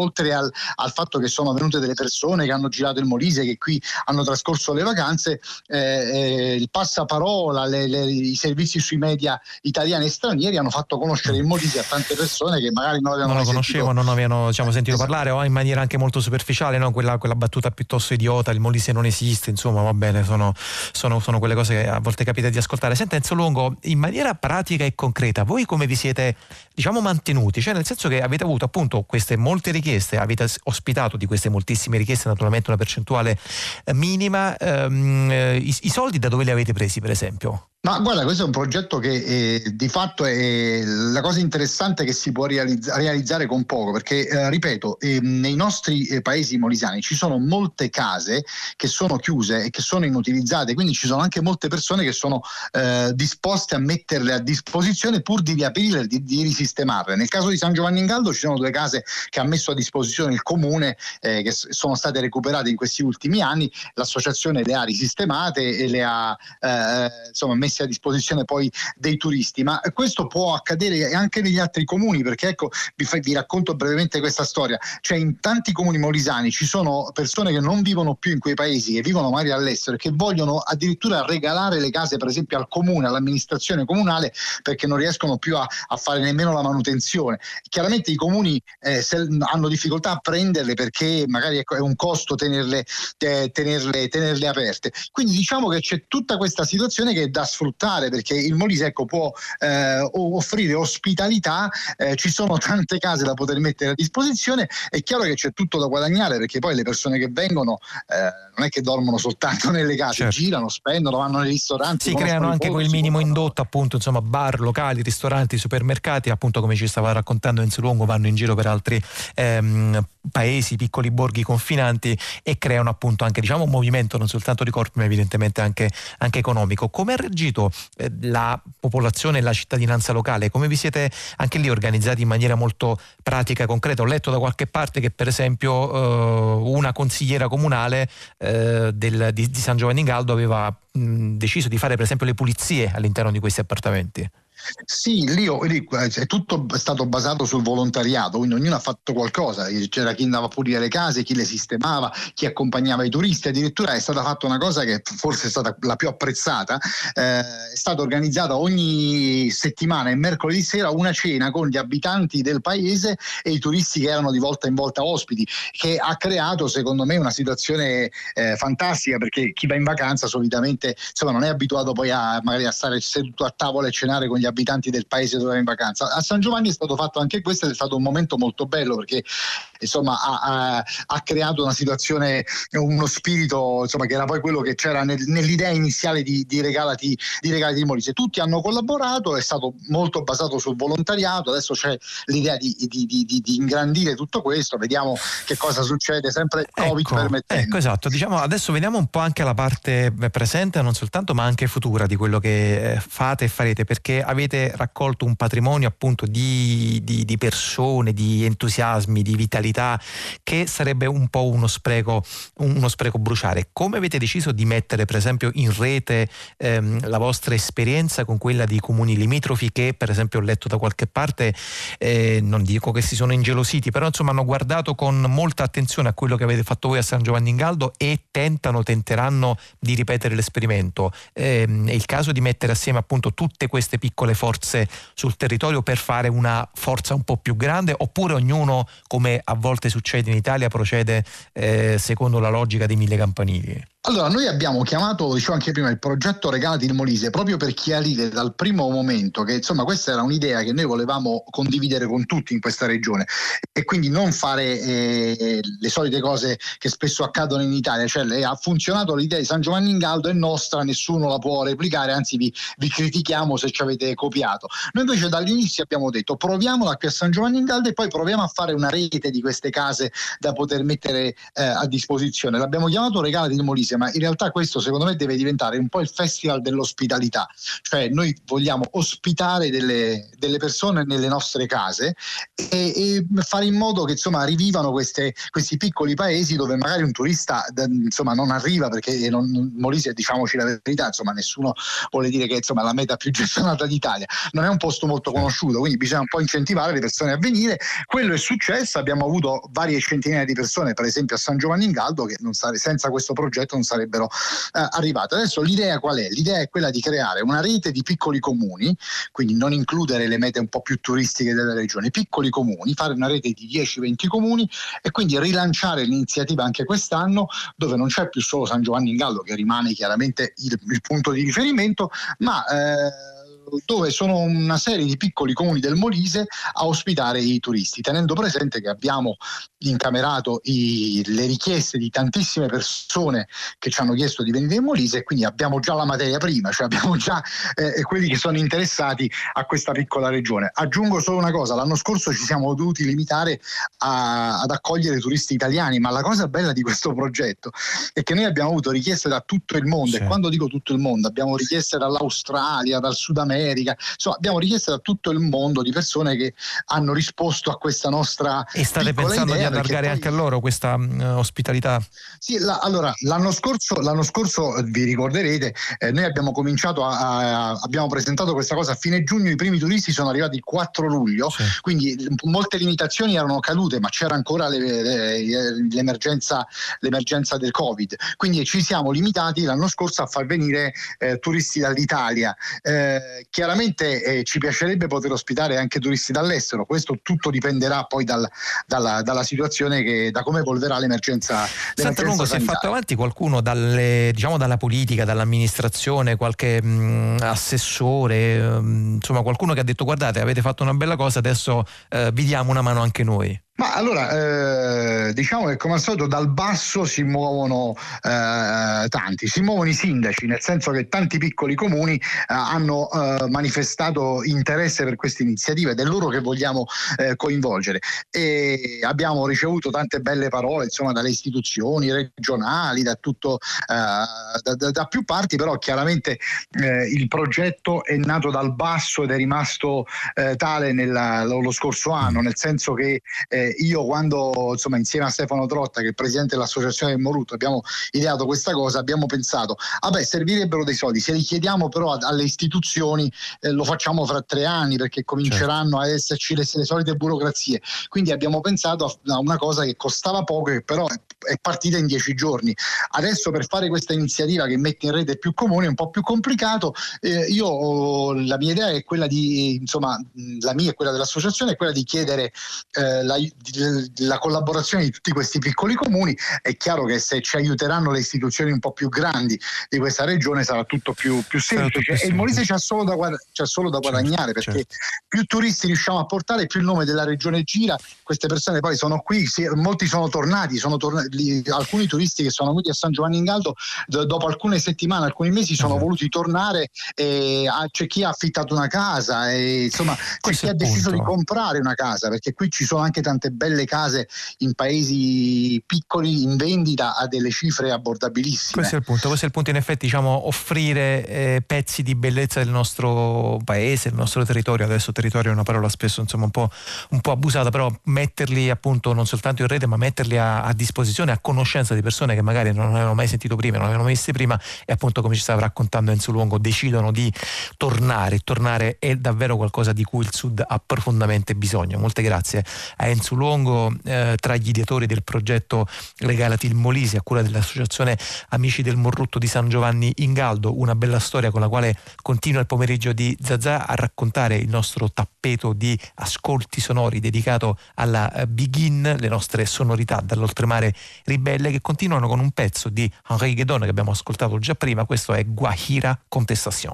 al, al fatto che sono venute delle persone che hanno girato il Molise, che qui hanno trascorso le vacanze, eh, eh, il passaparola, le, le, i servizi sui media italiani e stranieri hanno fatto conoscere il Molise a tante persone che magari non avevano non lo mai conoscevano, sentito. non avevano diciamo, sentito esatto. parlare, o in maniera anche molto superficiale, no? quella, quella battuta piuttosto idiota, il Molise non esiste, insomma va bene, sono, sono, sono quelle cose che a volte capita di ascoltare. Senta Enzo Longo, in maniera pratica e concreta voi come vi siete diciamo mantenuti? Cioè nel senso che avete avuto appunto queste molte richieste, avete ospitato di queste moltissime richieste naturalmente una percentuale minima, ehm, i, i soldi da dove li avete presi per esempio? Ma guarda, questo è un progetto che eh, di fatto è la cosa interessante che si può realizza- realizzare con poco, perché eh, ripeto, eh, nei nostri eh, paesi molisiani ci sono molte case che sono chiuse e che sono inutilizzate, quindi ci sono anche molte persone che sono eh, disposte a metterle a disposizione pur di riaprirle, di, di risistemarle. Nel caso di San Giovanni in Galdo ci sono due case che ha messo a disposizione il comune, eh, che sono state recuperate in questi ultimi anni, l'associazione le ha risistemate e le ha eh, insomma messe a disposizione poi dei turisti, ma questo può accadere anche negli altri comuni, perché ecco vi, fa, vi racconto brevemente questa storia. Cioè in tanti comuni molisani ci sono persone che non vivono più in quei paesi, che vivono magari all'estero e che vogliono addirittura regalare le case per esempio al comune, all'amministrazione comunale, perché non riescono più a, a fare nemmeno la manutenzione. Chiaramente i comuni eh, se hanno difficoltà a prenderle perché magari ecco, è un costo tenerle, eh, tenerle, tenerle aperte, quindi diciamo che c'è tutta questa situazione che è da sfruttare, perché il Molise ecco, può eh, offrire ospitalità, eh, ci sono tante case da poter mettere a disposizione, è chiaro che c'è tutto da guadagnare, perché poi le persone che vengono eh, non è che dormono soltanto nelle case, certo. Girano, spendono, vanno nei ristoranti, si creano anche quel minimo indotto, appunto, insomma bar, locali, ristoranti, supermercati, appunto come ci stava raccontando Enzo Longo, vanno in giro per altri ehm, paesi, piccoli borghi confinanti e creano appunto anche diciamo un movimento non soltanto di corpi ma evidentemente anche, anche economico. Come ha reagito eh, la popolazione e la cittadinanza locale? Come vi siete anche lì organizzati in maniera molto pratica e concreta? Ho letto da qualche parte che per esempio eh, una consigliera comunale eh, del, di, di San Giovanni in Galdo aveva mh, deciso di fare per esempio le pulizie all'interno di questi appartamenti. Sì, lì, lì è tutto stato basato sul volontariato, quindi ognuno ha fatto qualcosa, c'era chi andava a pulire le case, chi le sistemava, chi accompagnava i turisti, addirittura è stata fatta una cosa che forse è stata la più apprezzata, eh, è stata organizzata ogni settimana e mercoledì sera una cena con gli abitanti del paese e i turisti che erano di volta in volta ospiti, che ha creato secondo me una situazione eh, fantastica, perché chi va in vacanza solitamente insomma non è abituato poi a magari a stare seduto a tavola e cenare con gli abitanti del paese dove va in vacanza. A San Giovanni è stato fatto anche questo ed è stato un momento molto bello, perché insomma ha, ha, ha creato una situazione, uno spirito insomma che era poi quello che c'era nel, nell'idea iniziale di, di regalati di regalati di Molise. Tutti hanno collaborato, è stato molto basato sul volontariato, adesso c'è l'idea di, di, di, di, di ingrandire tutto questo, vediamo che cosa succede, sempre Covid ecco, permettendo. Ecco, esatto, diciamo adesso vediamo un po' anche la parte presente, non soltanto ma anche futura di quello che fate e farete, perché avete raccolto un patrimonio appunto di, di, di persone, di entusiasmi, di vitalità, che sarebbe un po' uno spreco, uno spreco bruciare. Come avete deciso di mettere per esempio in rete ehm, la vostra esperienza con quella di comuni limitrofi che per esempio ho letto da qualche parte, eh, non dico che si sono ingelositi, però insomma hanno guardato con molta attenzione a quello che avete fatto voi a San Giovanni in Galdo e tentano, tenteranno di ripetere l'esperimento. Eh, è il caso di mettere assieme appunto tutte queste piccole forze sul territorio per fare una forza un po' più grande, oppure ognuno, come a volte succede in Italia, procede eh, secondo la logica dei mille campanili? Allora, noi abbiamo chiamato, dicevo anche prima, il progetto Regalati il Molise proprio per chiarire dal primo momento che insomma questa era un'idea che noi volevamo condividere con tutti in questa regione e quindi non fare eh, le solite cose che spesso accadono in Italia, cioè ha funzionato l'idea di San Giovanni in Galdo, è nostra, nessuno la può replicare, anzi vi, vi critichiamo se ci avete copiato. Noi invece dall'inizio abbiamo detto proviamola qui a San Giovanni in Galdo e poi proviamo a fare una rete di queste case da poter mettere eh, a disposizione. L'abbiamo chiamato Regalati il Molise, ma in realtà questo secondo me deve diventare un po' il festival dell'ospitalità, cioè noi vogliamo ospitare delle, delle persone nelle nostre case e, e fare in modo che insomma rivivano queste, questi piccoli paesi dove magari un turista insomma non arriva, perché non, Molise, diciamoci la verità, insomma nessuno vuole dire che insomma la meta più gettonata d'Italia, non è un posto molto conosciuto, quindi bisogna un po' incentivare le persone a venire. Quello è successo, abbiamo avuto avuto varie centinaia di persone, per esempio a San Giovanni in Galdo, che non sare- senza questo progetto non sarebbero eh, arrivate. Adesso l'idea qual è? L'idea è quella di creare una rete di piccoli comuni, quindi non includere le mete un po' più turistiche della regione, piccoli comuni, fare una rete di dieci venti comuni e quindi rilanciare l'iniziativa anche quest'anno, dove non c'è più solo San Giovanni in Galdo, che rimane chiaramente il, il punto di riferimento, ma eh, dove sono una serie di piccoli comuni del Molise a ospitare i turisti, tenendo presente che abbiamo incamerato i, le richieste di tantissime persone che ci hanno chiesto di venire in Molise, e quindi abbiamo già la materia prima, cioè abbiamo già eh, quelli che sono interessati a questa piccola regione. Aggiungo solo una cosa: l'anno scorso ci siamo dovuti limitare a, ad accogliere turisti italiani, ma la cosa bella di questo progetto è che noi abbiamo avuto richieste da tutto il mondo, sì. E quando dico tutto il mondo abbiamo richieste dall'Australia, dal Sud America, insomma abbiamo richieste da tutto il mondo di persone che hanno risposto a questa nostra e state pensando idea, di allargare poi... anche a loro questa uh, ospitalità? Sì, la, allora l'anno scorso, l'anno scorso vi ricorderete, eh, noi abbiamo cominciato a, a abbiamo presentato questa cosa a fine giugno, i primi turisti sono arrivati il quattro luglio, sì. Quindi molte limitazioni erano cadute, ma c'era ancora le, le, l'emergenza l'emergenza del Covid, quindi ci siamo limitati l'anno scorso a far venire eh, turisti dall'Italia. Eh, chiaramente eh, ci piacerebbe poter ospitare anche turisti dall'estero, questo tutto dipenderà poi dal, dalla, dalla situazione, che da come evolverà l'emergenza, l'emergenza Lungo, si è fatto avanti qualcuno dalle, diciamo, dalla politica, dall'amministrazione, qualche mh, assessore, mh, insomma qualcuno che ha detto: guardate, avete fatto una bella cosa, adesso eh, vi diamo una mano anche noi? Ma allora, eh, diciamo che come al solito dal basso si muovono eh, tanti, si muovono i sindaci, nel senso che tanti piccoli comuni eh, hanno eh, manifestato interesse per questa iniziativa ed è loro che vogliamo eh, coinvolgere, e abbiamo ricevuto tante belle parole, insomma, dalle istituzioni regionali, da tutto eh, da, da, da più parti, però chiaramente eh, il progetto è nato dal basso ed è rimasto eh, tale nella, lo, lo scorso anno, nel senso che eh, io quando, insomma, insieme a Stefano Trotta, che è il presidente dell'associazione del Morutto, abbiamo ideato questa cosa, abbiamo pensato: vabbè, servirebbero dei soldi, se li chiediamo però alle istituzioni eh, lo facciamo fra tre anni, perché cominceranno certo. a esserci le, le solite burocrazie, quindi abbiamo pensato a una cosa che costava poco, che però è, è partita in dieci giorni. Adesso per fare questa iniziativa che mette in rete più comuni è un po' più complicato. eh, io la mia idea è quella di, insomma, la mia e quella dell'associazione è quella di chiedere eh, la la collaborazione di tutti questi piccoli comuni. È chiaro che se ci aiuteranno le istituzioni un po' più grandi di questa regione sarà tutto più, più semplice, e il Molise c'ha solo da, c'ha solo da guadagnare, certo, perché certo. più turisti riusciamo a portare, più il nome della regione gira. Queste persone poi sono qui, sì, molti sono tornati, sono tornati, alcuni turisti che sono venuti a San Giovanni in Galdo d- dopo alcune settimane, alcuni mesi sono uh-huh. voluti tornare, e a, c'è chi ha affittato una casa, e insomma c'è chi ha deciso di comprare una casa, perché qui ci sono anche tante belle case in paesi piccoli in vendita a delle cifre abbordabilissime. Questo è il punto, questo è il punto in effetti, diciamo, offrire eh, pezzi di bellezza del nostro paese, del nostro territorio. Adesso territorio è una parola spesso, insomma, un po', un po' abusata, però metterli appunto non soltanto in rete, ma metterli a, a disposizione, a conoscenza di persone che magari non avevano mai sentito prima, non avevano visti prima, e appunto, come ci stava raccontando Enzo Luongo, decidono di tornare. Tornare è davvero qualcosa di cui il Sud ha profondamente bisogno. Molte grazie a Enzo Luongo, eh, tra gli ideatori del progetto Regalati il Molise, a cura dell'associazione Amici del Morrutto di San Giovanni in Galdo. Una bella storia con la quale continua il pomeriggio di Zazà a raccontare il nostro tappeto di ascolti sonori dedicato alla uh, Begin, le nostre sonorità dall'oltremare ribelle, che continuano con un pezzo di Henri Guédon che abbiamo ascoltato già prima. Questo è Guajira Contestation.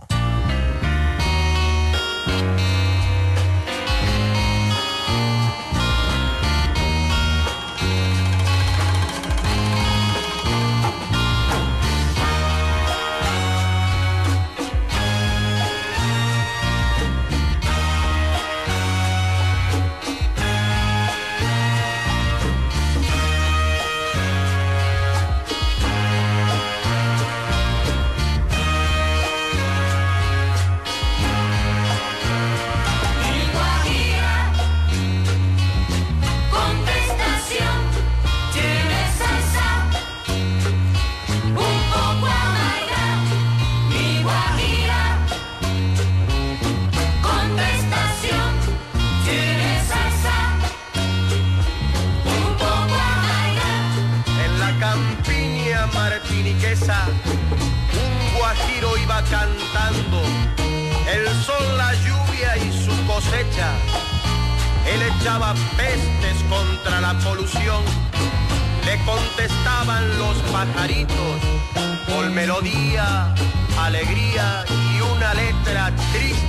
derecha. Él echaba pestes contra la polución. Le contestaban los pajaritos con melodía, alegría y una letra triste.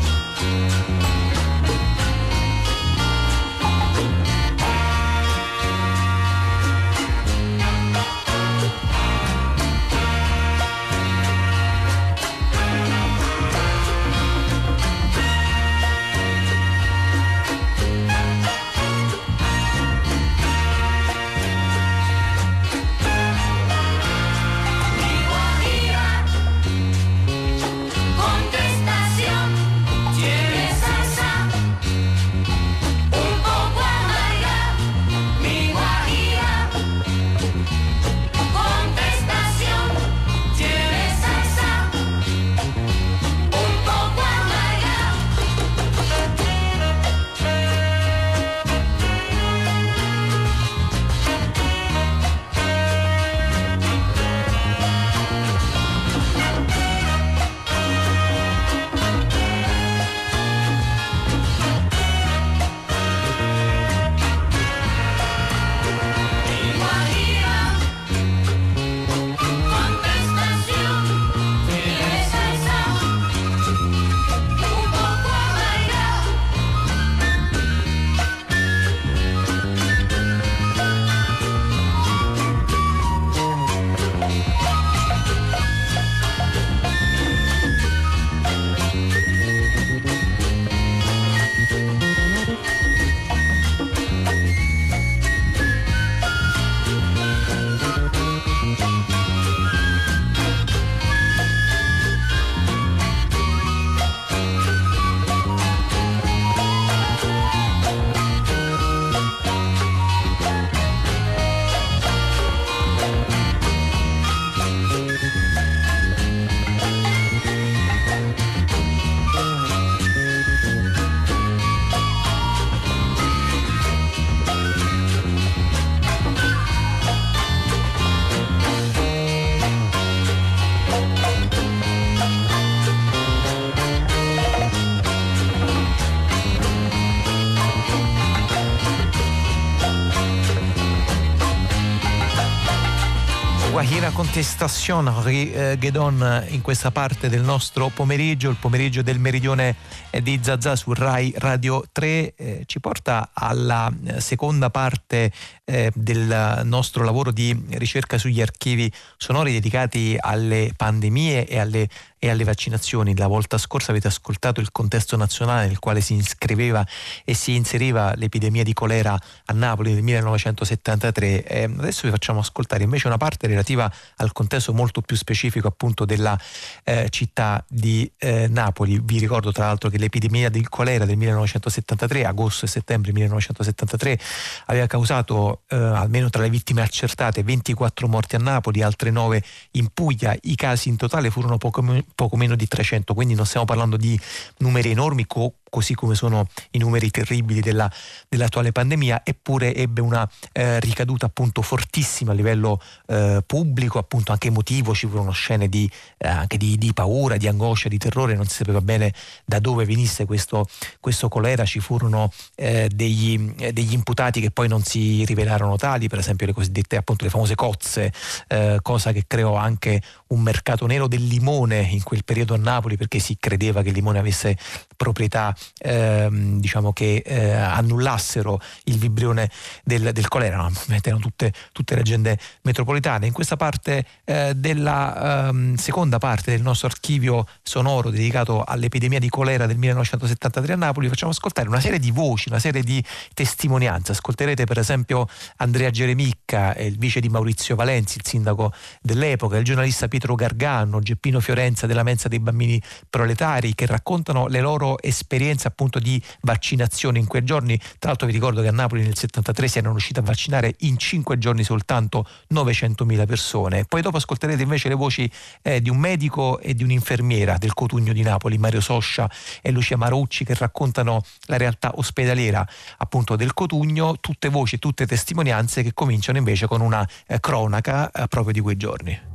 Guajira Contestation, Henri eh, Guédon in questa parte del nostro pomeriggio, il pomeriggio del meridione eh, di Zazà su Rai Radio tre, eh, ci porta alla eh, seconda parte eh, del nostro lavoro di ricerca sugli archivi sonori dedicati alle pandemie e alle e alle vaccinazioni. La volta scorsa avete ascoltato il contesto nazionale nel quale si iscriveva e si inseriva l'epidemia di colera a Napoli nel millenovecentosettantatré. E adesso vi facciamo ascoltare invece una parte relativa al contesto molto più specifico appunto della eh, città di eh, Napoli. Vi ricordo tra l'altro che l'epidemia di colera del millenovecentosettantatré, agosto e settembre millenovecentosettantatré, aveva causato eh, almeno tra le vittime accertate ventiquattro morti a Napoli, altre nove in Puglia. I casi in totale furono poco poco meno di trecento, quindi non stiamo parlando di numeri enormi co- così come sono i numeri terribili della, dell'attuale pandemia, eppure ebbe una eh, ricaduta appunto fortissima a livello eh, pubblico, appunto anche emotivo. Ci furono scene di, eh, anche di, di paura, di angoscia, di terrore, non si sapeva bene da dove venisse questo, questo colera. Ci furono eh, degli, eh, degli imputati che poi non si rivelarono tali, per esempio le cosiddette appunto le famose cozze, eh, cosa che creò anche un mercato nero del limone in quel periodo a Napoli, perché si credeva che il limone avesse proprietà ehm, diciamo che eh, annullassero il vibrione del, del colera. No, erano tutte, tutte leggende metropolitane. In questa parte eh, della ehm, seconda parte del nostro archivio sonoro dedicato all'epidemia di colera del millenovecentosettantatré a Napoli facciamo ascoltare una serie di voci, una serie di testimonianze. Ascolterete per esempio Andrea Geremicca, il vice di Maurizio Valenzi, il sindaco dell'epoca, il giornalista Pietro Gargano, Geppino Fiorenza della Mensa dei Bambini Proletari, che raccontano le loro esperienze appunto di vaccinazione in quei giorni. Tra l'altro vi ricordo che a Napoli nel settantatré si erano riusciti a vaccinare in cinque giorni soltanto novecentomila persone. Poi dopo ascolterete invece le voci eh, di un medico e di un'infermiera del Cotugno di Napoli, Mario Soscia e Lucia Marucci, che raccontano la realtà ospedaliera appunto del Cotugno, tutte voci, tutte testimonianze che cominciano invece con una eh, cronaca eh, proprio di quei giorni.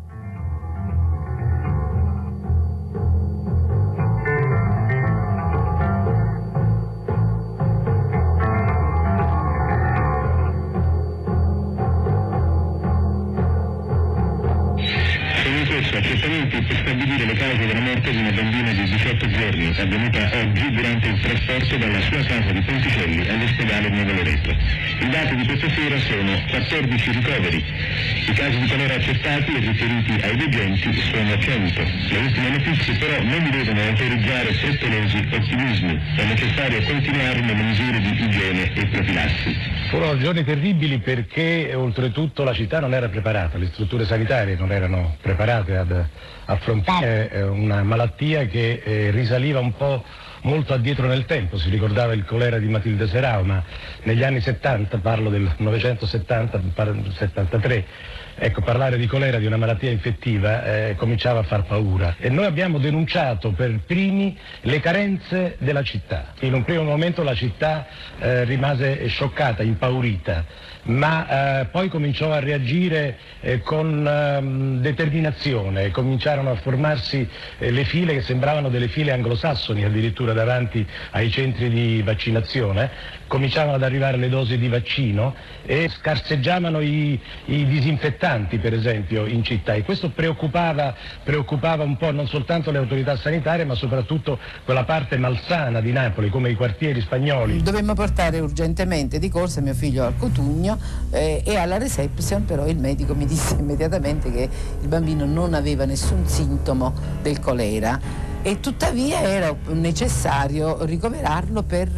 per stabilire le cause della morte di una bambina di diciotto giorni, avvenuta oggi durante il trasporto dalla sua casa di Ponticelli all'ospedale Nuovo Loreto. I dati di questa sera sono quattordici ricoveri. I casi di colera accertati e riferiti ai degenti sono cento. Le ultime notizie però non devono autorizzare frettolosi ottimismi. È necessario continuare nelle misure di igiene e profilassi. Furono giorni terribili perché oltretutto la città non era preparata, le strutture sanitarie non erano preparate ad affrontare una malattia che eh, risaliva un po' molto addietro nel tempo. Si ricordava il colera di Matilde Serao, ma negli anni settanta, parlo del novecentosettanta settantatré, ecco, parlare di colera, di una malattia infettiva, eh, cominciava a far paura. E noi abbiamo denunciato per primi le carenze della città. In un primo momento la città eh, rimase scioccata, impaurita, ma eh, poi cominciò a reagire eh, con eh, determinazione. Cominciarono a formarsi eh, le file che sembravano delle file anglosassoni, addirittura davanti ai centri di vaccinazione. Cominciavano ad arrivare le dosi di vaccino e scarseggiavano i, i disinfettanti, per esempio, in città, e questo preoccupava, preoccupava un po' non soltanto le autorità sanitarie, ma soprattutto quella parte malsana di Napoli, come i quartieri spagnoli. Dovemmo portare urgentemente di corsa mio figlio al Cotugno eh, e alla reception, però il medico mi disse immediatamente che il bambino non aveva nessun sintomo del colera. E tuttavia era necessario ricoverarlo per,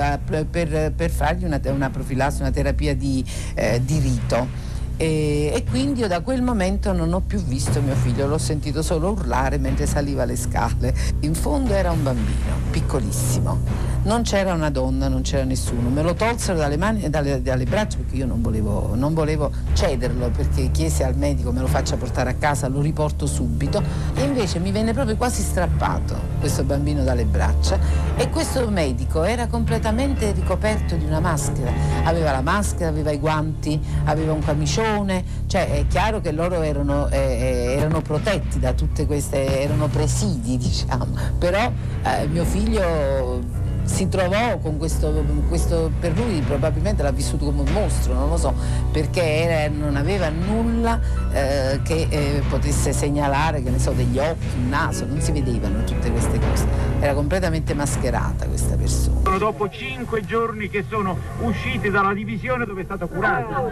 per, per fargli una, una profilassi, una terapia di, eh, di rito. E, e quindi io da quel momento non ho più visto mio figlio, l'ho sentito solo urlare mentre saliva le scale. In fondo era un bambino, piccolissimo, non c'era una donna, non c'era nessuno, me lo tolsero dalle mani e dalle, dalle braccia perché io non volevo, non volevo cederlo, perché chiesi al medico me lo faccia portare a casa, lo riporto subito, e invece mi venne proprio quasi strappato questo bambino dalle braccia, e questo medico era completamente ricoperto di una maschera, aveva la maschera, aveva i guanti, aveva un camicione. Cioè è chiaro che loro erano, eh, erano protetti da tutte queste, erano presidi, diciamo, però eh, mio figlio si trovò con questo, questo, per lui probabilmente l'ha vissuto come un mostro, non lo so, perché era, non aveva nulla eh, che eh, potesse segnalare, che ne so, degli occhi, un naso, non si vedevano tutte queste cose, era completamente mascherata questa persona. Dopo cinque giorni che sono usciti dalla divisione dove è stato curato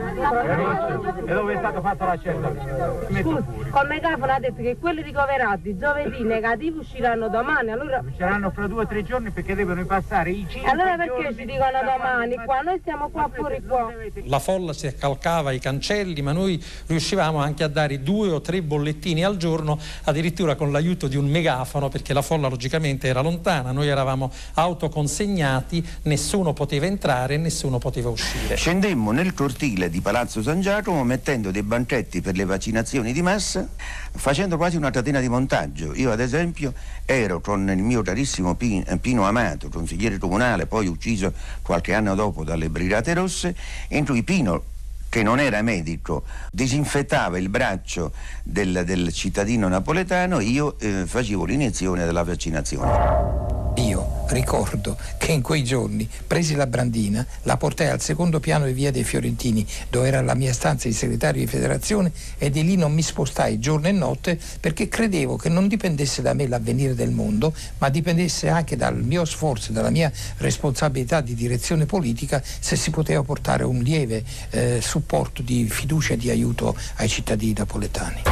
e dove è stato fatto l'accertamento. Scusi, con megafono ha detto che quelli ricoverati giovedì negativi usciranno domani, allora usciranno fra due o tre giorni perché devono passare i cinque. Allora perché ci dicono domani? Qua noi stiamo qua fuori qua. La folla si accalcava ai cancelli, ma noi riuscivamo anche a dare due o tre bollettini al giorno, addirittura con l'aiuto di un megafono, perché la folla logicamente era lontana, noi eravamo autoconsegnati, nessuno poteva entrare e nessuno poteva uscire. Scendemmo nel cortile di Palazzo San Giacomo mettendo dei banchetti per le vaccinazioni di massa, facendo quasi una catena di montaggio. Io ad esempio ero con il mio carissimo Pino Amato, consigliere comunale, poi ucciso qualche anno dopo dalle Brigate Rosse, in cui Pino, che non era medico, disinfettava il braccio del, del cittadino napoletano, io eh, facevo l'iniezione della vaccinazione. Io ricordo che in quei giorni presi la brandina, la portai al secondo piano di via dei Fiorentini, dove era la mia stanza di segretario di federazione, e di lì non mi spostai giorno e notte, perché credevo che non dipendesse da me l'avvenire del mondo, ma dipendesse anche dal mio sforzo, dalla mia responsabilità di direzione politica, se si poteva portare un lieve eh, supporto di fiducia e di aiuto ai cittadini napoletani.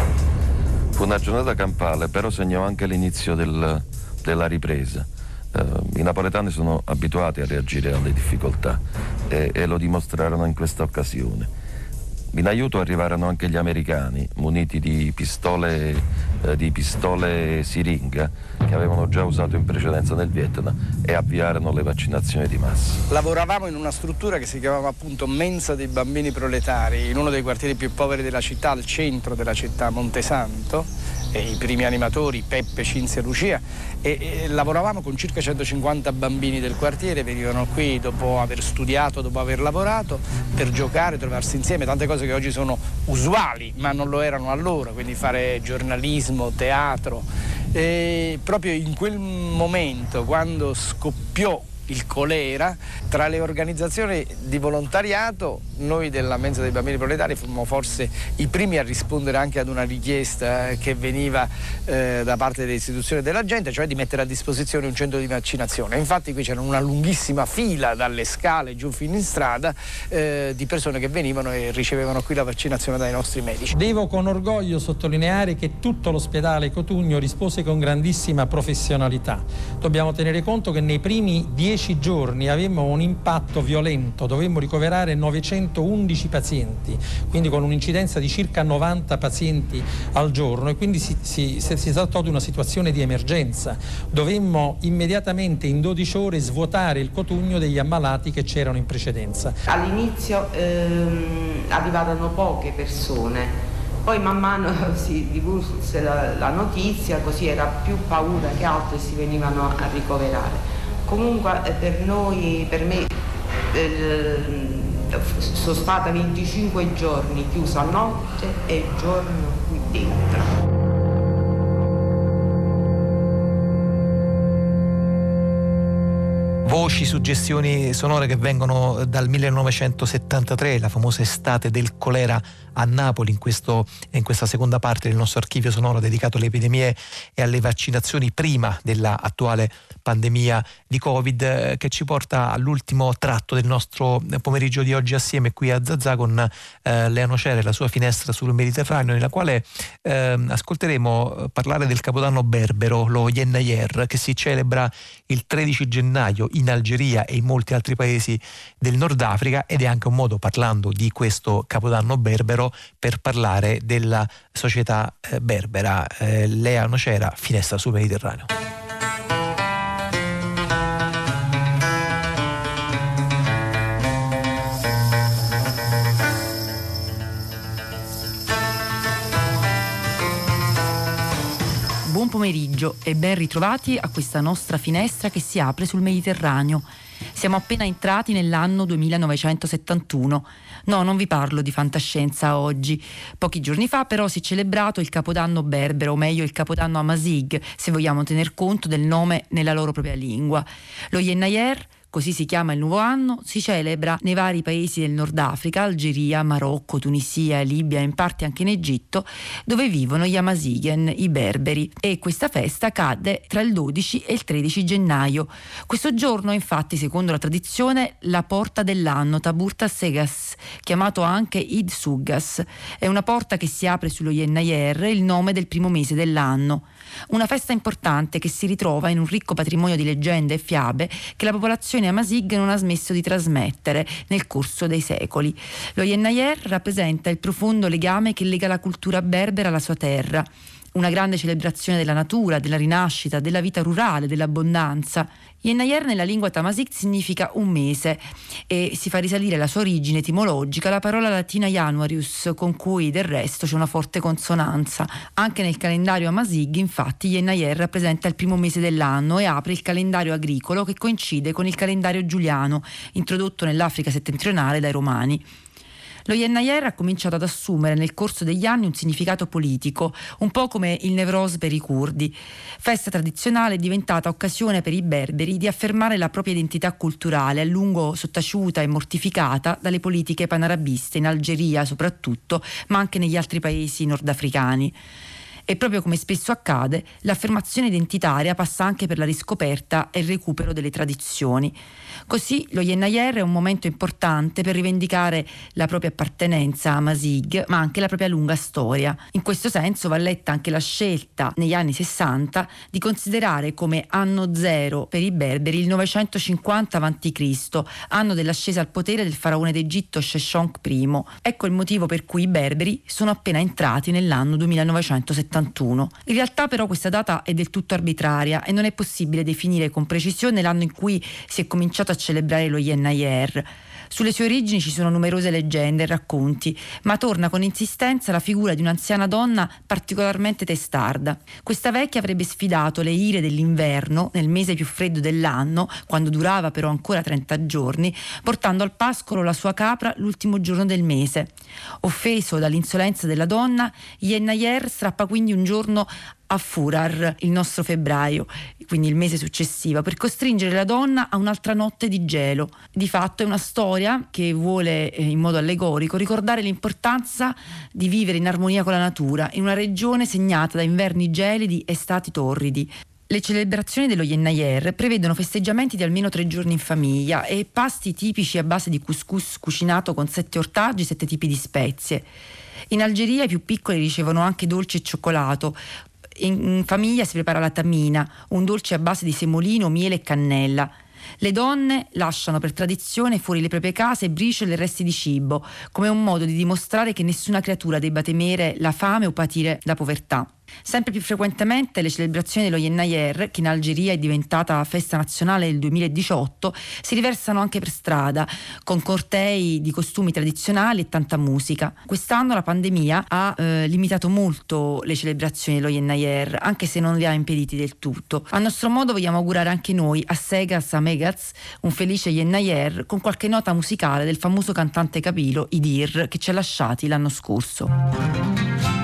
Fu una giornata campale, però segnò anche l'inizio del, della ripresa. I napoletani sono abituati a reagire alle difficoltà e, e lo dimostrarono in questa occasione. In aiuto arrivarono anche gli americani, muniti di pistole, eh, di pistole siringa che avevano già usato in precedenza nel Vietnam, e avviarono le vaccinazioni di massa. Lavoravamo in una struttura che si chiamava appunto Mensa dei Bambini Proletari, in uno dei quartieri più poveri della città, al centro della città, Montesanto. E i primi animatori, Peppe, Cinzia e Lucia, e, e lavoravamo con circa centocinquanta bambini del quartiere, venivano qui dopo aver studiato, dopo aver lavorato, per giocare, trovarsi insieme, tante cose che oggi sono usuali ma non lo erano allora, quindi fare giornalismo, teatro. E proprio in quel momento, quando scoppiò il colera. Tra le organizzazioni di volontariato, noi della Mensa dei Bambini Proletari fummo forse i primi a rispondere anche ad una richiesta che veniva eh, da parte delle istituzioni della gente, cioè di mettere a disposizione un centro di vaccinazione. Infatti qui c'era una lunghissima fila dalle scale giù fino in strada eh, di persone che venivano e ricevevano qui la vaccinazione dai nostri medici. Devo con orgoglio sottolineare che tutto l'ospedale Cotugno rispose con grandissima professionalità. Dobbiamo tenere conto che nei primi dieci giorni avemmo un impatto violento, dovemmo ricoverare novecentoundici pazienti, quindi con un'incidenza di circa novanta pazienti al giorno, e quindi si, si, si trattò di una situazione di emergenza. Dovemmo immediatamente in dodici ore svuotare il Cotugno degli ammalati che c'erano in precedenza. All'inizio ehm, arrivarono poche persone, poi man mano si diffuse la, la notizia, così era più paura che altro e si venivano a ricoverare. Comunque per noi, per me, eh, sono stata venticinque giorni chiusa notte e giorno qui dentro. Voci, suggestioni sonore che vengono dal millenovecentosettantatré, la famosa estate del colera a Napoli, in, questo, in questa seconda parte del nostro archivio sonoro dedicato alle epidemie e alle vaccinazioni prima della attuale pandemia di Covid, che ci porta all'ultimo tratto del nostro pomeriggio di oggi assieme qui a Zazà con eh, Lea Nocera e la sua finestra sul Mediterraneo, nella quale eh, ascolteremo parlare del Capodanno berbero, lo Yennayer, che si celebra il tredici gennaio in Algeria e in molti altri paesi del Nord Africa, ed è anche un modo, parlando di questo Capodanno berbero, per parlare della società eh, berbera. Eh, Lea Nocera, finestra sul Mediterraneo. Buon pomeriggio e ben ritrovati a questa nostra finestra che si apre sul Mediterraneo. Siamo appena entrati nell'anno duemilanovecentosettantuno. No, non vi parlo di fantascienza oggi. Pochi giorni fa però si è celebrato il Capodanno berbero, o meglio il Capodanno Amazigh, se vogliamo tener conto del nome nella loro propria lingua. Lo Yennayer, così si chiama il nuovo anno, si celebra nei vari paesi del Nord Africa, Algeria, Marocco, Tunisia, Libia e in parte anche in Egitto, dove vivono gli Amazighen, i berberi, e questa festa cade tra il dodici e il tredici gennaio. Questo giorno, infatti, secondo la tradizione, la porta dell'anno, Taburta Segas, chiamato anche Id Sugas, è una porta che si apre sullo Yennayer, il nome del primo mese dell'anno. Una festa importante che si ritrova in un ricco patrimonio di leggende e fiabe che la popolazione Amazigh non ha smesso di trasmettere nel corso dei secoli. Lo Yennayer rappresenta il profondo legame che lega la cultura berbera alla sua terra. Una grande celebrazione della natura, della rinascita, della vita rurale, dell'abbondanza. Yennayer nella lingua Tamazight significa un mese e si fa risalire la sua origine etimologica alla parola latina Januarius, con cui del resto c'è una forte consonanza. Anche nel calendario Amazigh, infatti, Yennayer rappresenta il primo mese dell'anno e apre il calendario agricolo che coincide con il calendario giuliano, introdotto nell'Africa settentrionale dai Romani. Lo Yennayer ha cominciato ad assumere nel corso degli anni un significato politico, un po' come il Newroz per i curdi. Festa tradizionale diventata occasione per i berberi di affermare la propria identità culturale, a lungo sottaciuta e mortificata dalle politiche panarabiste in Algeria soprattutto, ma anche negli altri paesi nordafricani. E proprio come spesso accade, l'affermazione identitaria passa anche per la riscoperta e il recupero delle tradizioni. Così lo Yennayer è un momento importante per rivendicare la propria appartenenza a Amazigh, ma anche la propria lunga storia. In questo senso va letta anche la scelta, negli anni sessanta, di considerare come anno zero per i berberi il novecentocinquanta avanti Cristo, anno dell'ascesa al potere del faraone d'Egitto Sheshonq I. Ecco il motivo per cui i berberi sono appena entrati nell'anno duemilanovecentosettantuno. In realtà però questa data è del tutto arbitraria e non è possibile definire con precisione l'anno in cui si è cominciato a celebrare lo Yennayer. Sulle sue origini ci sono numerose leggende e racconti, ma torna con insistenza la figura di un'anziana donna particolarmente testarda. Questa vecchia avrebbe sfidato le ire dell'inverno nel mese più freddo dell'anno, quando durava però ancora trenta giorni, portando al pascolo la sua capra l'ultimo giorno del mese. Offeso dall'insolenza della donna, Yennayer strappa quindi un giorno a Furar il nostro febbraio, quindi il mese successivo, per costringere la donna a un'altra notte di gelo. Di fatto è una storia che vuole eh, in modo allegorico ricordare l'importanza di vivere in armonia con la natura in una regione segnata da inverni gelidi e estati torridi. Le celebrazioni dello Yennayer prevedono festeggiamenti di almeno tre giorni in famiglia e pasti tipici a base di couscous cucinato con sette ortaggi, sette tipi di spezie. In Algeria i più piccoli ricevono anche dolce e cioccolato. In famiglia si prepara la tamina, un dolce a base di semolino, miele e cannella. Le donne lasciano per tradizione fuori le proprie case briciole e resti di cibo, come un modo di dimostrare che nessuna creatura debba temere la fame o patire la povertà. Sempre più frequentemente le celebrazioni dello Yennayer, che in Algeria è diventata festa nazionale nel duemiladiciotto, si riversano anche per strada, con cortei di costumi tradizionali e tanta musica. Quest'anno la pandemia ha eh, limitato molto le celebrazioni dello Yennayer, anche se non le ha impediti del tutto. A nostro modo vogliamo augurare anche noi a Segas Amegaz un felice Yennayer con qualche nota musicale del famoso cantante kabilo Idir, che ci ha lasciati l'anno scorso.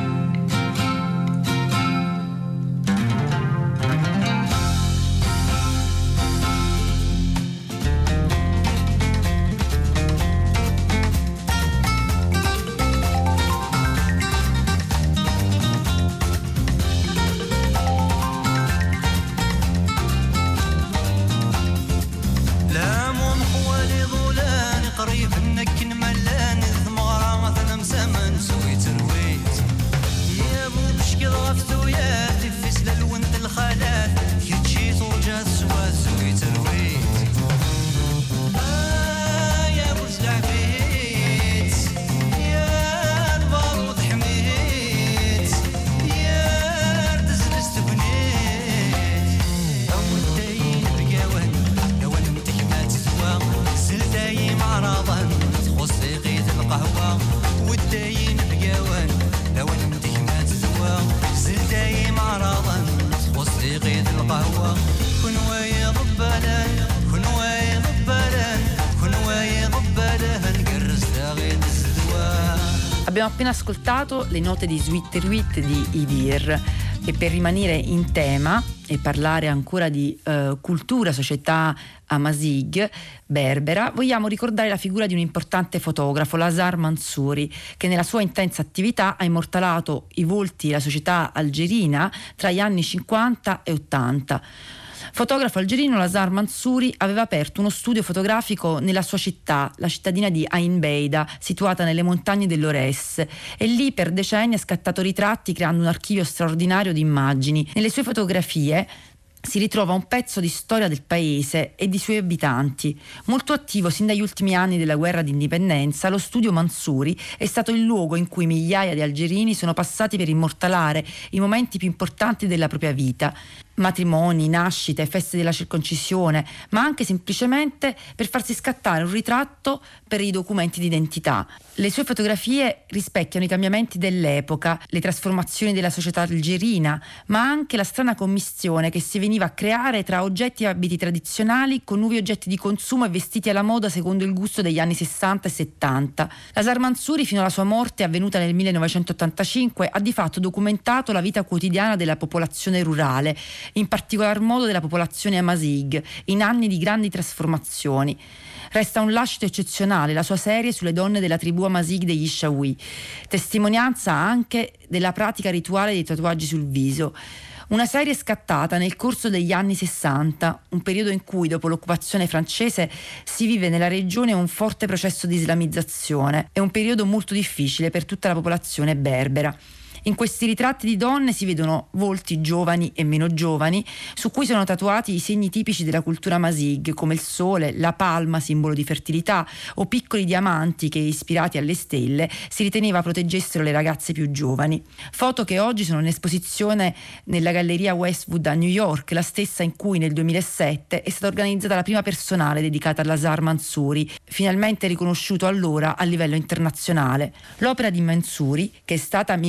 Abbiamo appena ascoltato le note di Sweet Ruit di Idir e per rimanere in tema e parlare ancora di uh, cultura, società amazigh, berbera, vogliamo ricordare la figura di un importante fotografo, Lazar Mansouri, che nella sua intensa attività ha immortalato i volti della società algerina tra gli anni cinquanta e ottanta. Fotografo algerino, Lazar Mansouri aveva aperto uno studio fotografico nella sua città, la cittadina di Ain Beida, situata nelle montagne dell'Ores, e lì per decenni ha scattato ritratti creando un archivio straordinario di immagini. Nelle sue fotografie si ritrova un pezzo di storia del paese e di suoi abitanti. Molto attivo sin dagli ultimi anni della guerra d'indipendenza, lo studio Mansouri è stato il luogo in cui migliaia di algerini sono passati per immortalare i momenti più importanti della propria vita. Matrimoni, nascite, feste della circoncisione, ma anche semplicemente per farsi scattare un ritratto per i documenti d'identità. Le sue fotografie rispecchiano i cambiamenti dell'epoca, le trasformazioni della società algerina, ma anche la strana commistione che si veniva a creare tra oggetti e abiti tradizionali con nuovi oggetti di consumo e vestiti alla moda secondo il gusto degli anni sessanta e settanta. Lazar Mansouri, fino alla sua morte avvenuta nel millenovecentottantacinque, ha di fatto documentato la vita quotidiana della popolazione rurale, in particolar modo della popolazione amazigh, in anni di grandi trasformazioni. Resta un lascito eccezionale la sua serie sulle donne della tribù amazigh degli Shawi, testimonianza anche della pratica rituale dei tatuaggi sul viso. Una serie scattata nel corso degli anni sessanta, un periodo in cui dopo l'occupazione francese si vive nella regione un forte processo di islamizzazione. È un periodo molto difficile per tutta la popolazione berbera. In questi ritratti di donne si vedono volti giovani e meno giovani, su cui sono tatuati i segni tipici della cultura amazigh, come il sole, la palma, simbolo di fertilità, o piccoli diamanti che, ispirati alle stelle, si riteneva proteggessero le ragazze più giovani. Foto che oggi sono in esposizione nella Galleria Westwood a New York, la stessa in cui nel duemilasette è stata organizzata la prima personale dedicata a Lazar Mansouri, finalmente riconosciuto allora a livello internazionale. L'opera di Mansouri, che è stata miracolosamente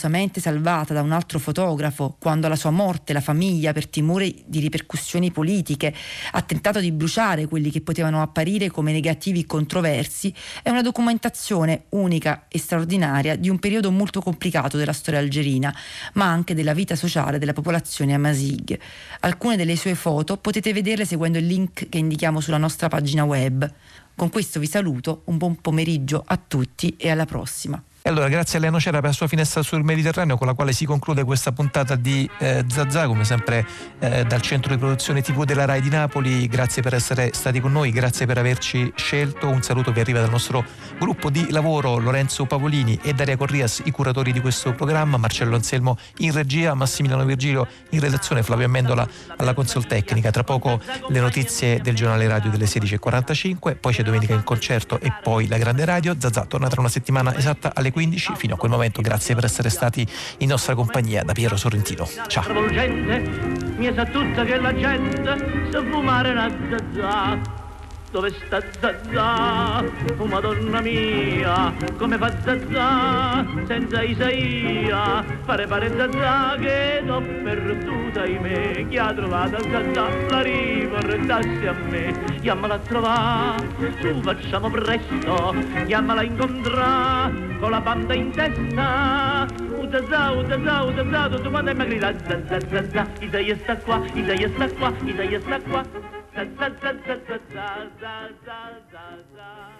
miracolosamente salvata da un altro fotografo, quando alla sua morte la famiglia, per timore di ripercussioni politiche, ha tentato di bruciare quelli che potevano apparire come negativi controversi, è una documentazione unica e straordinaria di un periodo molto complicato della storia algerina, ma anche della vita sociale della popolazione amazigh. Alcune delle sue foto potete vederle seguendo il link che indichiamo sulla nostra pagina web. Con questo vi saluto, un buon pomeriggio a tutti e alla prossima. E allora, grazie a Lea Nocera per la sua finestra sul Mediterraneo, con la quale si conclude questa puntata di eh, Zazà, come sempre eh, dal centro di produzione tivù della Rai di Napoli. Grazie per essere stati con noi, grazie per averci scelto. Un saluto vi arriva dal nostro gruppo di lavoro: Lorenzo Pavolini e Daria Corrias, i curatori di questo programma, Marcello Anselmo in regia, Massimiliano Virgilio in redazione, Flavio Amendola alla console tecnica. Tra poco le notizie del giornale radio delle sedici e quarantacinque, poi c'è Domenica in Concerto e poi la Grande Radio. Zazà torna tra una settimana esatta alle quindici. Fino a quel momento grazie per essere stati in nostra compagnia. Da Piero Sorrentino, ciao. Mi sa tutta che la gente sa fumare una zazà. Dove sta Zazà? Oh Madonna mia, come fa Zazà senza Isaia? Pare pare Zazà che l'ho perduta, ahimè. Chi ha trovato Zazà la riportassi a me. Chiamala a trovare, su facciamo presto. Chiamala a incontrare con la banda in testa. Oh Zazà, oh Zazà, oh Zazà, tutto quanto è magrita. Zazà, Zazà, Isaia sta qua, Isaia sta qua, Isaia sta qua. Da da da da da da da da da da